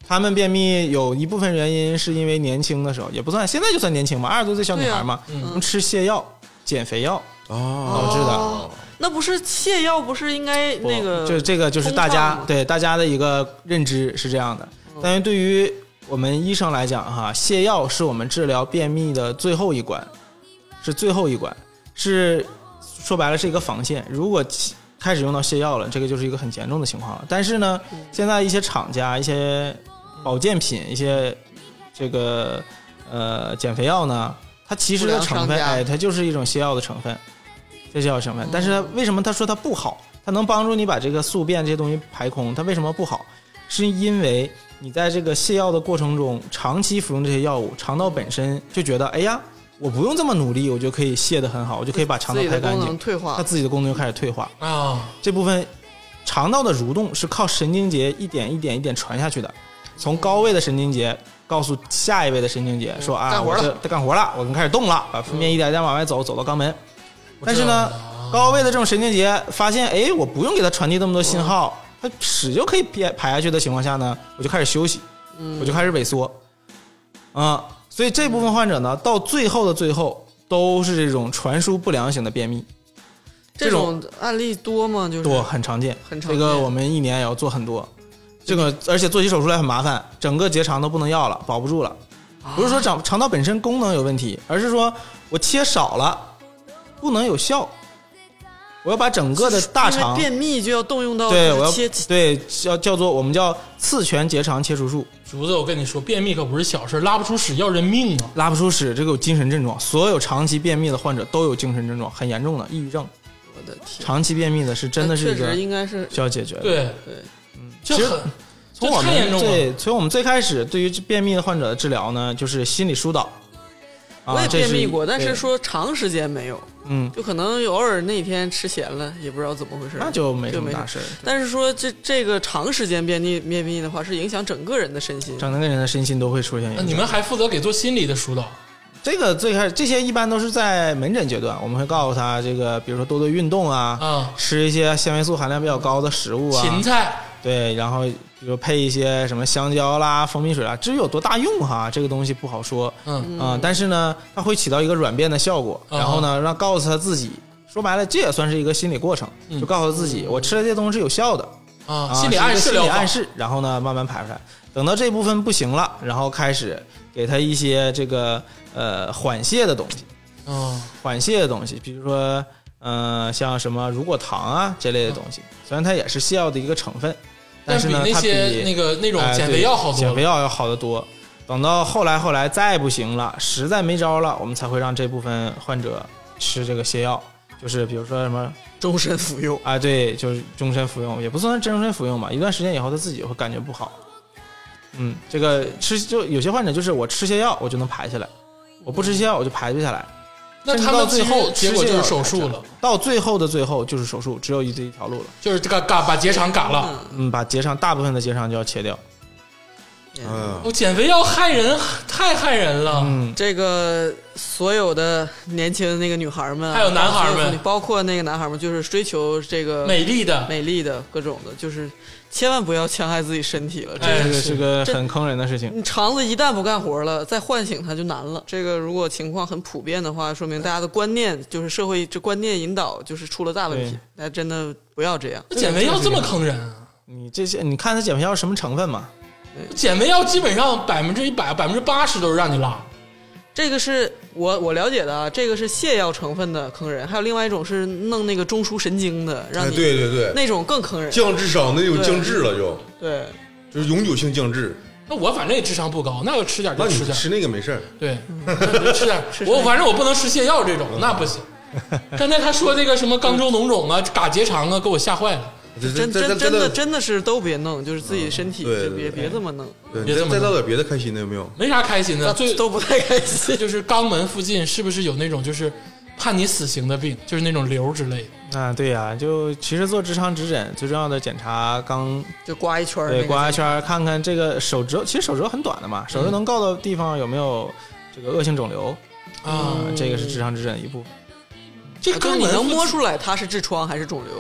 他们便秘有一部分原因是因为年轻的时候，也不算，现在就算年轻嘛，二十多岁小女孩嘛，嗯，吃泻药、减肥药哦导致的。 哦那不是泻药，不是应该那个？ 这这个就是大家对大家的一个认知是这样的， 嗯、 但是对于我们医生来讲哈，泻药是我们治疗便秘的最后一关，是最后一关，是说白了是一个防线。如果开始用到泻药了，这个就是一个很严重的情况了。但是呢，现在一些厂家、一些保健品、一些这个呃减肥药呢，它其实的成分，哎，它就是一种泻药的成分。这泻药成分，但是为什么他说它不好？它能帮助你把这个宿便这些东西排空，它为什么不好？是因为你在这个泻药的过程中，长期服用这些药物，肠道本身就觉得，哎呀，我不用这么努力，我就可以泻得很好，我就可以把肠道排干净， 退化， 它自己的功能就开始退化啊。 这部分肠道的蠕动是靠神经节一点一点一点传下去的，从高位的神经节告诉下一位的神经节说啊， 干活了， 我这干活了，我们开始动了，把粪便一点点往外走，走到肛门。但是呢，高位的这种神经节发现，哎，我不用给它传递那么多信号，它屎就可以排排下去的情况下呢，我就开始休息，我就开始萎缩，啊、嗯，所以这部分患者呢，到最后的最后都是这种传输不良型的便秘。 这种案例多吗？就是多，很常见， 很常见。 这个我们一年也要做很多，这个而且做起手术来很麻烦，整个结肠都不能要了，保不住了。不是说肠肠道本身功能有问题，而是说我切少了。不能有效，我要把整个的大肠便秘就要动用到对，我要切对叫叫做我们叫次全结肠切除术。 竹子，我跟你说，便秘可不是小事，拉不出屎要人命啊！ 拉不出屎，这个有精神症状，所有长期便秘的患者都有精神症状，很严重的抑郁症。 我的天， 长期便秘的是真的是一个应该是需要解决的。 对对， 嗯，这很从我们对从我们最开始对于便秘的患者的治疗呢，就是心理疏导。 我也便秘过，但是说长时间没有， 嗯， 就可能偶尔那天吃咸了，也不知道怎么回事， 那就没什么大事。 但是说这这个长时间便秘便秘的话，是影响整个人的身心， 整个人的身心都会出现影响。 那你们还负责给做心理的疏导？ 这个最开始这些一般都是在门诊阶段，我们会告诉他这个，比如说多多运动啊， 嗯， 吃一些纤维素含量比较高的食物啊， 芹菜， 对，然后比如配一些什么香蕉啦、蜂蜜水啦，至于有多大用哈，这个东西不好说， 嗯啊、呃，但是呢，它会起到一个软便的效果， 嗯、 然后呢，让告诉他自己，说白了，这也算是一个心理过程， 嗯、 就告诉他自己，我吃的这些东西是有效的。 啊，心理暗示， 心理暗示，然后呢，慢慢排出来。等到这部分不行了，然后开始给他一些这个呃缓泻的东西， 嗯， 缓泻的东西，比如说呃像什么乳果糖啊这类的东西，虽然它也是泻药的一个成分，但是呢， 比那些它比那个那种减肥药好多、 哎，减肥药要好得多。等到后来后来再不行了，实在没招了，我们才会让这部分患者吃这个泻药，就是比如说什么。 终身服用啊，对，就是终身服用，也不算终身服用嘛。一段时间以后，他自己会感觉不好。嗯，这个吃就有些患者就是我吃泻药我就能排下来，我不吃泻药我就排不下来。 那他们最后结果就是手术了， 到最后的最后就是手术，只有一这一条路了， 就是这个嘎把结肠嘎了， 嗯，把结肠大部分的结肠就要切掉。 嗯， 我减肥药害人，太害人了。 嗯， 这个所有的年轻的那个女孩们， 还有男孩们， 包括那个男孩们，就是追求这个美丽的、 美丽的各种的，就是千万不要戕害自己身体了。 哎、 这个是个很坑人的事情。 你肠子一旦不干活了，再唤醒它就难了。这个如果情况很普遍的话，说明大家的观念就是社会这观念引导就是出了大问题。大家真的不要这样。 减肥药这么坑人啊？ 你这些你看它减肥药什么成分嘛？ 减肥药基本上百分之一百、百分之八十都是让你拉。 这个是我我了解的啊，这个是泻药成分的坑人，还有另外一种是弄那个中枢神经的，让你、 哎、对对对， 那种更坑人， 降智商那种降智了就， 对， 就是永久性降智。 那我反正也智商不高，那我吃点就吃点， 那你吃那个没事， 对，吃点，我反正我不能吃泻药这种，那不行。刚才他说这个什么肛周脓肿啊、嘎结肠啊，给我吓坏了。 真真真的真的是都别弄，就是自己身体就别别这么弄。 别这么再唠点别的开心的有没有？ 没啥开心的，最都不太开心。 就是肛门附近是不是有那种就是判你死刑的病，就是那种瘤之类的？啊，对呀、啊，就其实做直肠直诊最重要的检查肛就刮一圈， 对，刮一圈看看这个手指头，其实手指头很短的嘛，手指头能够到的地方有没有这个恶性肿瘤啊、嗯？这个是直肠直诊的一部分。 这肛门你能摸出来它是痔疮还是肿瘤？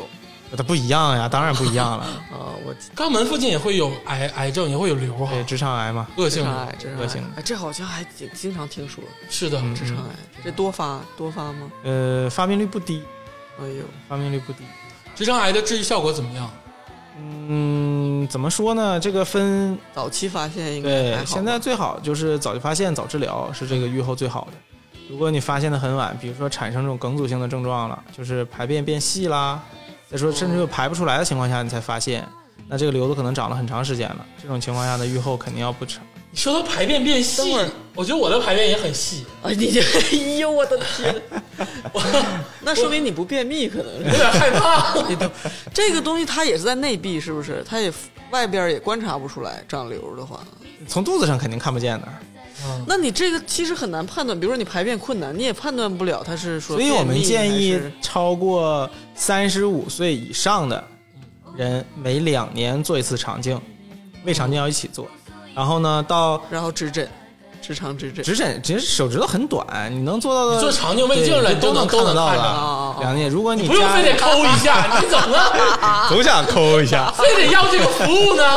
它不一样呀，当然不一样了。 啊，我肛门附近也会有癌癌症，也会有瘤哈， 对，直肠癌嘛， 恶性的。 直肠癌，直肠恶性癌，哎，这好像还经经常听说是的， 直肠癌，这多发多发吗？ 呃，发病率不低， 哎呦， 发病率不低。 直肠癌的治愈效果怎么样？ 嗯，怎么说呢？这个分早期发现应该对还，好吧现在最好就是早期发现、早治疗，是这个预后最好的。如果你发现的很晚，比如说产生这种梗阻性的症状了，就是排便变细啦，再说甚至有排不出来的情况下你才发现，那这个瘤子可能长了很长时间了。这种情况下的预后肯定要不长。 你说到排便变细，我觉得我的排便也很细， 哎，你这，哎呦，我的天！那说明你不便秘，可能是有点害怕。 你都这个东西它也是在内壁，是不是？它也外边也观察不出来长瘤的话， 从肚子上肯定看不见的。 那你这个其实很难判断。比如说你排便困难，你也判断不了它是说所以我们建议便秘还是超过三十五岁以上的人每两年做一次肠镜，胃肠镜要一起做。然后呢，到然后指诊，直肠指诊。 指诊其实手指头很短，你能做到的你做肠镜胃镜了， 对都你都能看得到都能看着啊啊啊的。两年，如果你不用家非得抠一下，你怎么了？ 总想抠一下。 非得要这个服务呢？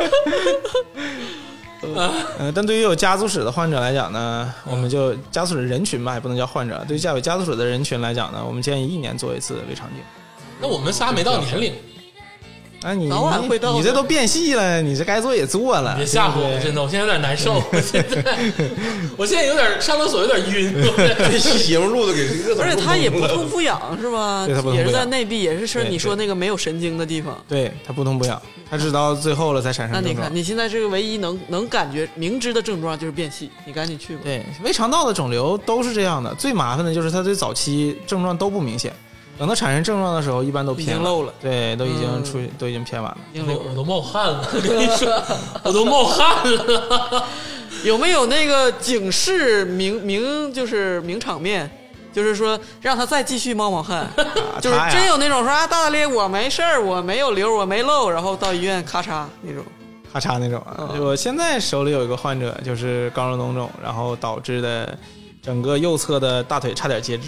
呃，但对于有家族史的患者来讲呢，我们就家族史人群吧，也不能叫患者。对于家有家族史的人群来讲呢，我们建议一年做一次胃肠镜。 那我们仨没到年龄， 啊，你早晚会到的你你这都变细了，你这该做也做了， 别吓唬我， 对不对真的，我现在有点难受。我现在，我现在有点上厕所有点晕。 这期节目录的给这个， 而且它也不痛不痒是吧？ 对它不痛不痒也是在内壁，也是是对你说那个没有神经的地方。 对，它不痛不痒，它直到最后了才产生症状。 那你看，你现在这个唯一能能感觉明知的症状就是变细，你赶紧去吧。 对，胃肠道的肿瘤都是这样的，最麻烦的就是它对早期症状都不明显，等到产生症状的时候，一般都偏已经漏了对，都已经嗯出、都已经偏完了。 硬瘤我我都冒汗了，我跟你说，我都冒汗了。 有没有那个警示明明就是名场面？就是说让他再继续冒冒汗，就是他呀真有那种说啊，大大咧我没事儿，我没有瘤，我没漏，然后到医院咔嚓那种。 咔嚓那种啊！我现在手里有一个患者，就是肛瘘脓肿，然后导致的整个右侧的大腿差点截肢。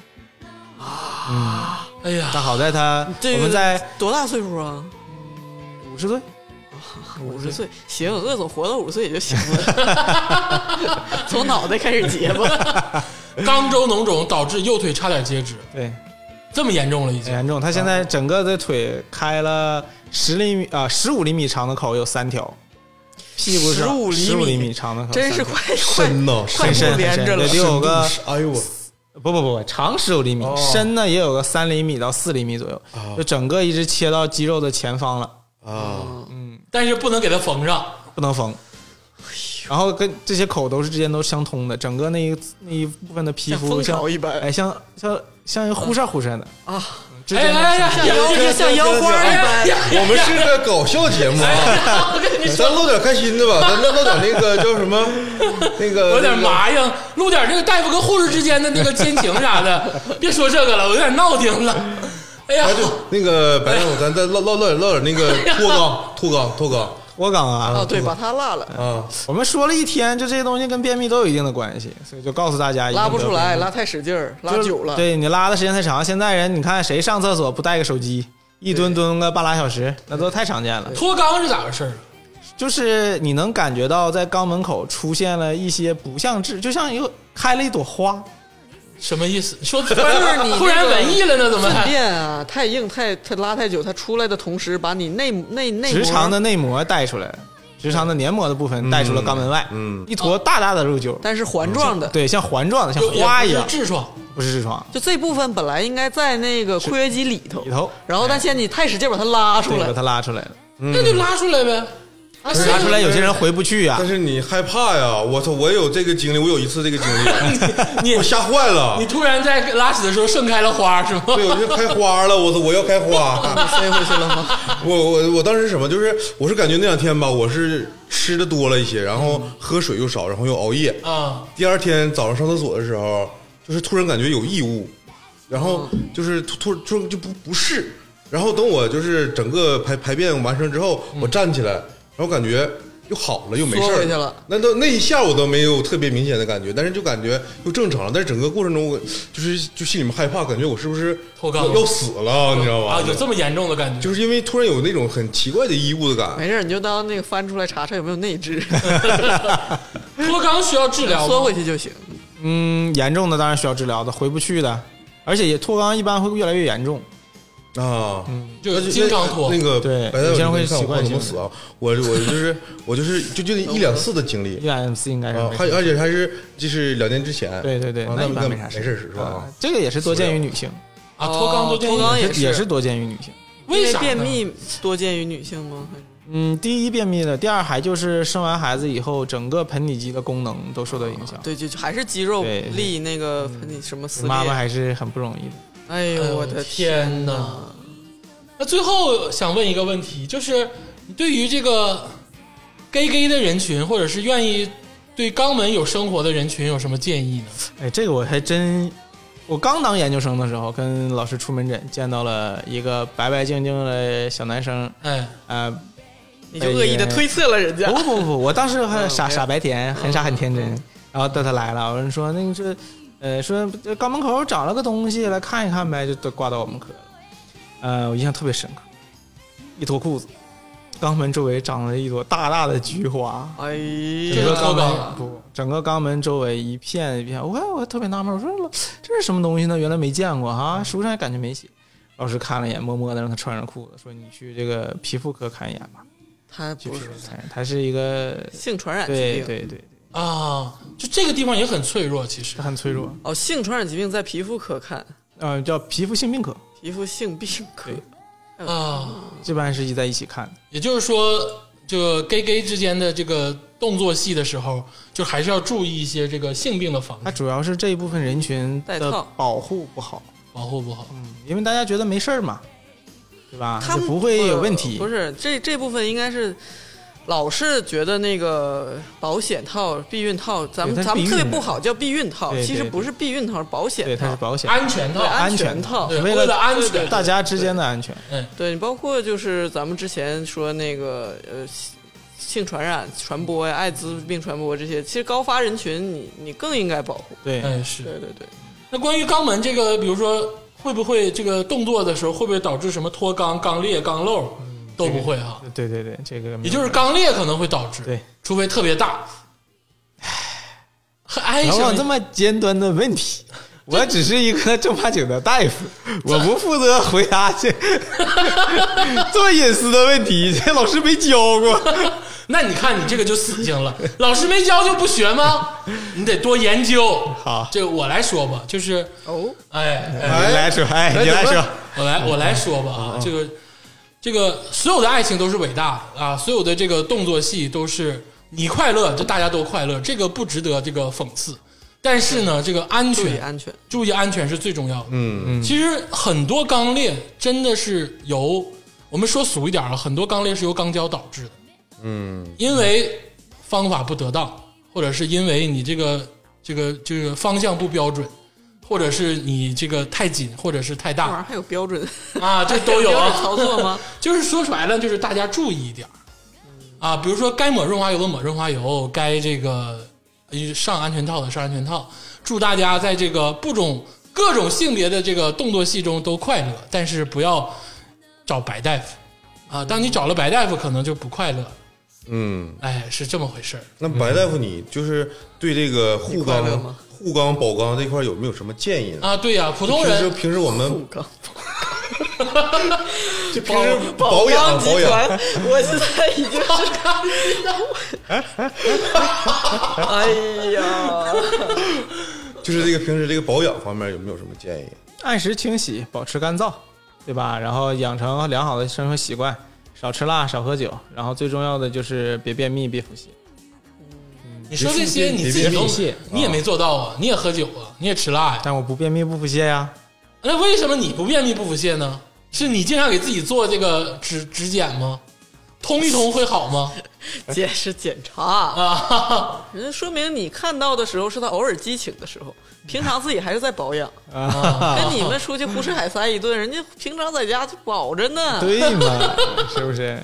哎呀， 但好在他这个我们在多大岁数啊？ 五十岁， 五十岁，行，鄂总活到五十岁也就行了，从脑袋开始结吧。 肛周脓肿导致右腿差点截肢， 对， 这么严重了已经。 很严重。他现在整个的腿开了十厘米啊，十五厘米长的口有三条，屁股上 15厘米十五厘米长的口， 真是三条快快深呐快很深不连着了很深。得有个哎呦我， 不不不，长十五厘米， 哦深呢也有个三厘米到四厘米左右，就整个一直切到肌肉的前方了， 啊， 但是不能给它缝上。 不能缝。然后跟这些口都是之间都相通的，整个那一那一部分的皮肤像蜂像巢一般哎，像像像一个忽闪忽闪的啊， 之间的哎呀像腰像腰花一般。 我们是个搞笑节目啊，咱录点开心的吧，咱录点那个叫什么，那个我有点麻痒，录点那个大夫跟护士之间的那个奸情啥的，别说这个了，我有点闹挺了。哎呀啊，，对，那个白大夫，咱再唠唠唠点唠点那个脱肛，脱肛，脱肛脱肛啊。 哦，对，把它落了， 啊， 我们说了一天，就这些东西跟便秘都有一定的关系，所以就告诉大家， 拉不出来， 一定得拉太使劲儿，拉就久了。 对你拉的时间太长。现在人你看谁上厕所不带个手机，一蹲蹲个半拉小时，那都太常见了。 脱肛是咋回事儿？ 就是你能感觉到在肛门口出现了一些不像痣，就像一个开了一朵花。 什么意思？说突就是你突然那个文艺了呢？怎么粪还？ 便啊，太硬太它拉太久，它出来的同时把你内内内膜直肠的内膜带出来，直肠的黏膜的部分带出了肛门外， 嗯一坨大大的肉球， 但是环状的， 对，像环状的，像就花一样， 痔疮。 不是痔疮就这部分本来应该在那个括约肌里头里，头， 然后但现在你太使劲把它拉出对， 来把，它拉出来了， 那就拉出来呗。啊，是拉出来有些人回不去啊但，是你害怕呀，我操，我也有这个经历，我有一次这个经历， 你我吓坏了你，突然在拉屎的时候盛开了花是吗？ 对，我就开花了，我操，我要开花。 塞回去了吗？ 我我我当时是什么，就是我是感觉那两天吧，我是吃的多了一些，然后喝水又少，然后又熬夜。 啊， 第二天早上上厕所的时候，就是突然感觉有异物，然后就是突突突就不不适，然后等我就是整个排排便完成之后，我站起来，然后感觉又好了，又没事儿缩回去了。 那都那一下我都没有特别明显的感觉，但是就感觉又正常了。但是整个过程中，我就是就心里面害怕，感觉我是不是脱肛要死了，你知道吧？ 啊，有这么严重的感觉？ 就是因为突然有那种很奇怪的异物的感。 没事，你就当那个翻出来查查有没有内痔， 脱肛需要治疗吗？ 缩回去就行。 嗯，严重的当然需要治疗的，回不去的，而且也脱肛一般会越来越严重。 啊， 就经常脱。 那个对白带， 有些人会你看我习惯性怎么死啊？我我就是我就是就就一两次的经历一两次应该是啊， 没事， 还而且还是就是两年之前。 对对对， 啊那一般那没啥事， 没事是吧啊？这个也是多见于女性， 啊，脱肛多见于脱肛也也是多见于女性。 为啥呢因为便秘多见于女性吗？还是嗯，第一便秘的，第二还就是生完孩子以后，整个盆底肌的功能都受到影响。 对，就就还是肌肉对力那个盆底什么撕裂。 妈妈还是很不容易的。 哎呦我的天哪！ 哪！那最后想问一个问题，就是你对于这个 gay gay 的人群，或者是愿意对肛门有生活的人群，有什么建议呢？ 哎，这个我还真，我刚当研究生的时候，跟老师出门诊，见到了一个白白净净的小男生， 哎， 啊、 你就恶意的推测了人家。 不不不，我当时还傻嗯傻白甜，很傻很天真。然后带他来了，我就说那个是，呃，说这肛门口长了个东西，来看一看呗，就都挂到我们科了。呃，我印象特别深刻，一脱裤子，肛门周围长了一朵大大的菊花。 哎这个呀， 脱肛不，整个肛门周围一片一片，我还我还特别纳闷，我说这是什么东西呢？原来没见过哈，书上也感觉没写。老师看了一眼，默默的让他穿上裤子，说你去这个皮肤科看一眼吧。 他不是看，他是一个性传染疾病。 对对对， 啊，就这个地方也很脆弱，其实他很脆弱。 哦，性传染疾病在皮肤科看， 呃，叫皮肤性病科， 皮肤性病科。 啊， 这般是一在一起看的。 也就是说，这个 gay gay 之间的这个动作戏的时候，就还是要注意一些这个性病的防治， 它主要是这一部分人群的带套保护不好， 保护不好。 嗯，因为大家觉得没事儿嘛，对吧？ 他们就不会有问题。 不是这这部分应该是老是觉得那个保险套、避孕套，咱们对它是咱们特别避孕的不好叫避孕套， 对对其实不是避孕套，是保险对，它套是。保险， 安全套对， 安安全套。 对为为了安对对全， 大家之间的安全。 对，包括就是咱们之前说那个呃性传染传播呀、艾滋病传播这些，其实高发人群你你更应该保护。 对， 哎是。 对对对， 那关于肛门这个，比如说会不会这个动作的时候会不会导致什么脱肛、肛裂、肛漏，都不会哈。 对对对，这个也就是肛裂可能会导致， 对， 除非特别大。还哎什么？ 往往这么尖端的问题，我只是一个正八经的大夫，我不负责回答这这么隐私的问题，这老师没教过。 那你看你这个就死性了，老师没教就不学吗？你得多研究。 好， 这个我来说吧，就是哦， 哎你哎， 来说，哎，你来说， 我来我来说吧啊，这个这个所有的爱情都是伟大的啊，所有的这个动作戏都是你快乐，就大家都快乐，这个不值得这个讽刺。但是呢，这个安全， 注意安全。 注意安全是最重要的。 嗯， 其实很多肛裂真的是由我们说俗一点啊，很多肛裂是由肛交导致的。 嗯， 因为方法不得当，或者是因为你这个这个这个方向不标准，或者是你这个太紧，或者是太大这玩意儿还有标准啊，这都有标准啊。 操作吗？ 就是说白了，就是大家注意一点啊，比如说该抹润滑油的抹润滑油，该这个上安全套的上安全套。祝大家在这个不种各种性别的这个动作戏中都快乐，但是不要找白大夫啊！当你找了白大夫，可能就不快乐。 嗯， 哎，是这么回事儿。 那白大夫，你就是对这个护你快乐肛吗、 护肛、保肛这块有没有什么建议呢？ 啊，对呀、普通平时人平时我们护肛就平时保养保保养， 团，我现在已经是，哎呀， 就是这个平时这个保养方面有没有什么建议？ 按时清洗，保持干燥，对吧？然后养成良好的生活习惯，少吃辣，少喝酒，然后最重要的就是别便秘，别腹泻。 你说这些你自己都别腹泻你也没做到啊，你也喝酒啊，你也吃辣呀。 但我不便秘，不腹泻呀。 那为什么你不便秘不腹泻呢？是你经常给自己做这个指指检吗？通一通会好吗？ 检是检查， 啊，哈哈人家说明你看到的时候是他偶尔激情的时候，平常自己还是在保养。 啊， 跟你们出去胡吃海塞一顿，人家平常在家就饱着呢。 对嘛？是不是？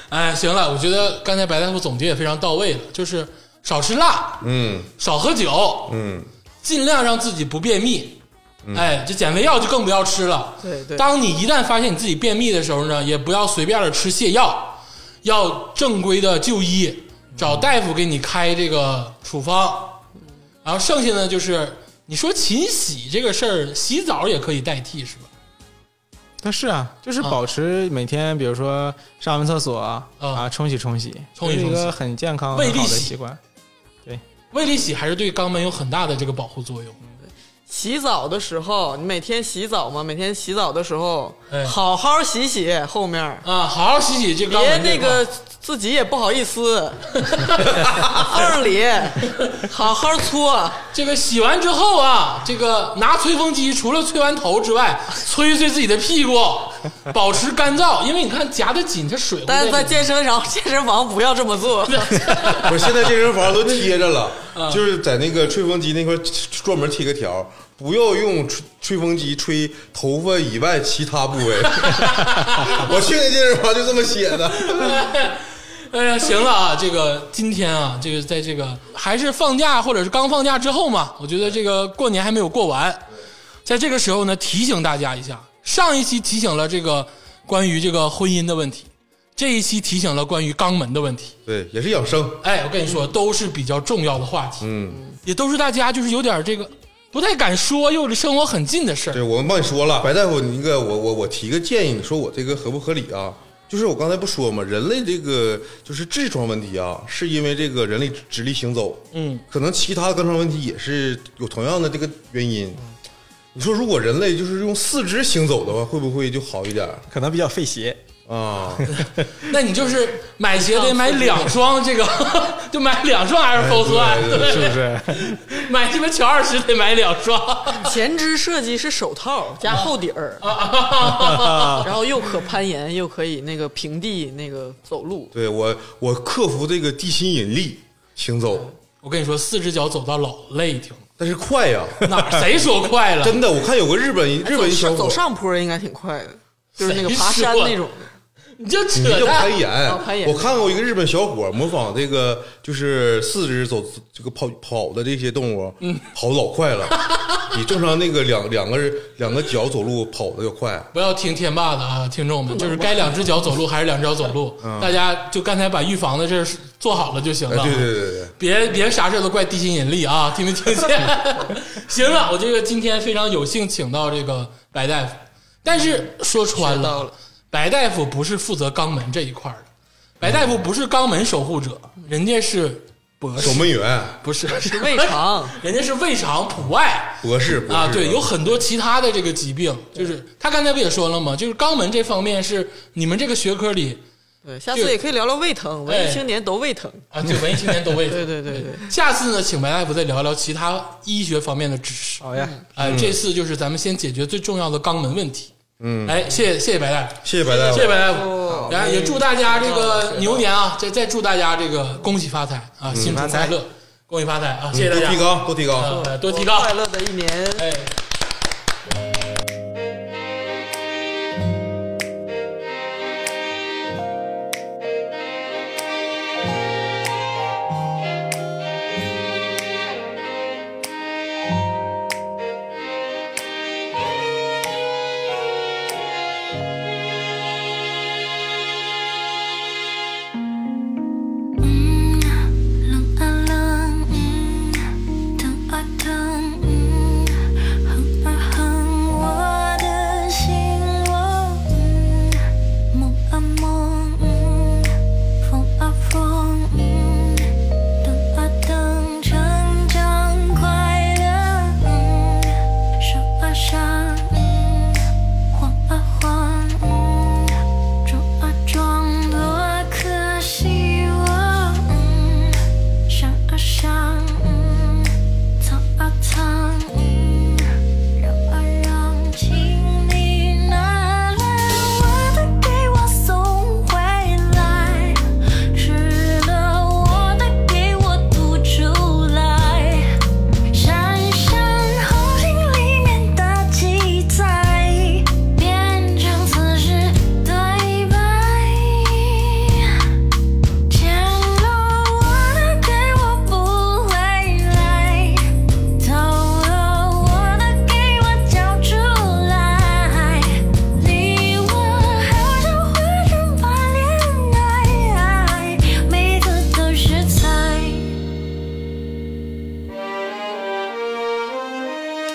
哎，行了，我觉得刚才白大夫总结也非常到位了，就是少吃辣， 嗯少喝酒， 嗯， 尽量让自己不便秘。哎，这减肥药就更不要吃了。 对对， 当你一旦发现你自己便秘的时候呢，也不要随便的吃泻药，要正规的就医，找大夫给你开这个处方。然后剩下的就是你说勤洗这个事儿，洗澡也可以代替，是吧？ 但是啊，就是保持每天，比如说上完厕所啊， 啊啊冲洗冲洗， 冲洗冲洗这是一个很健康、 胃力很好的洗习惯。 胃里洗还是对肛门有很大的这个保护作用。 洗澡的时候，你每天洗澡嘛，每天洗澡的时候， 哎好好洗洗后面， 啊，好好洗洗这肛别门这块那个自己也不好意思，缝里好好搓。 这个洗完之后啊，这个拿吹风机除了吹完头之外，吹吹自己的屁股，保持干燥，因为你看夹得紧，它水会但是在里健身房健身房不要这么做。 不是，现在健身房都贴着了，就是在那个吹风机那块专门贴个条，不要用吹吹风机吹头发以外其他部位。我去那健身房就这么写的。 哎呀，行了啊，这个今天啊，这个在这个还是放假或者是刚放假之后嘛，我觉得这个过年还没有过完，在这个时候呢，提醒大家一下，上一期提醒了这个关于这个婚姻的问题，这一期提醒了关于肛门的问题。 对，也是养生。 哎，我跟你说，都是比较重要的话题， 嗯， 也都是大家就是有点这个不太敢说，又离生活很近的事儿。 对，我们帮你说了，白大夫，那个我我我提个建议，你说我这个合不合理啊？就是我刚才不说嘛，人类这个就是痔疮问题啊，是因为这个人类直立行走， 嗯， 可能其他肛肠问题也是有同样的这个原因。你说如果人类就是用四肢行走的话，会不会就好一点可能比较费鞋。 啊？ 那你就是买鞋得买两双，这个就买两双 Air Force One， 对对是不是？ 买这边乔二十得买两双。 前肢设计是手套加厚底儿，然后又可攀岩，又可以那个平地那个走路。 对我我克服这个地心引力行走， 我跟你说，四只脚走到老累挺， 但是快呀， 哪儿谁说快了？ 真的，我看有个日本日本小伙走走上坡应该挺快的，就是那个谁爬山说那种。 你就你扯淡。 叫攀岩哦攀岩我看过一个日本小伙模仿这个，就是四肢走这个跑跑的这些动物，嗯，跑老快了，比正常那个两两个两个脚走路跑的要快。 不要听天霸的啊，听众们，就是该两只脚走路还是两只脚走路，大家就刚才把预防的这做好了就行了。 哎，对对对对， 别别啥事都怪地心引力啊，听没听见？行了，我这个今天非常有幸请到这个白大夫，但是说穿了， 学到了白大夫不是负责肛门这一块的，白大夫不是肛门守护者，人家是博士， 守门员、 不是是胃肠， 人家是胃肠普外。 博士博士啊，对，有很多其他的这个疾病，就是他刚才不也说了吗？就是肛门这方面是你们这个学科里对，下次也可以聊聊胃疼，文艺青年都胃疼。 啊，对，文艺青年都胃疼。 对对对对， 下次呢，请白大夫再聊聊其他医学方面的知识。 好呀， 哎，这次就是咱们先解决最重要的肛门问题。嗯，哎，谢谢谢谢白大夫， 谢谢白大夫， 谢谢白大夫。 哦然后也祝大家这个牛年啊，再再祝大家这个恭喜发财啊，新春快乐，恭喜发财啊！谢谢大家多提，高多提高。 呃，多提高， 快乐的一年。 哎。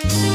Thank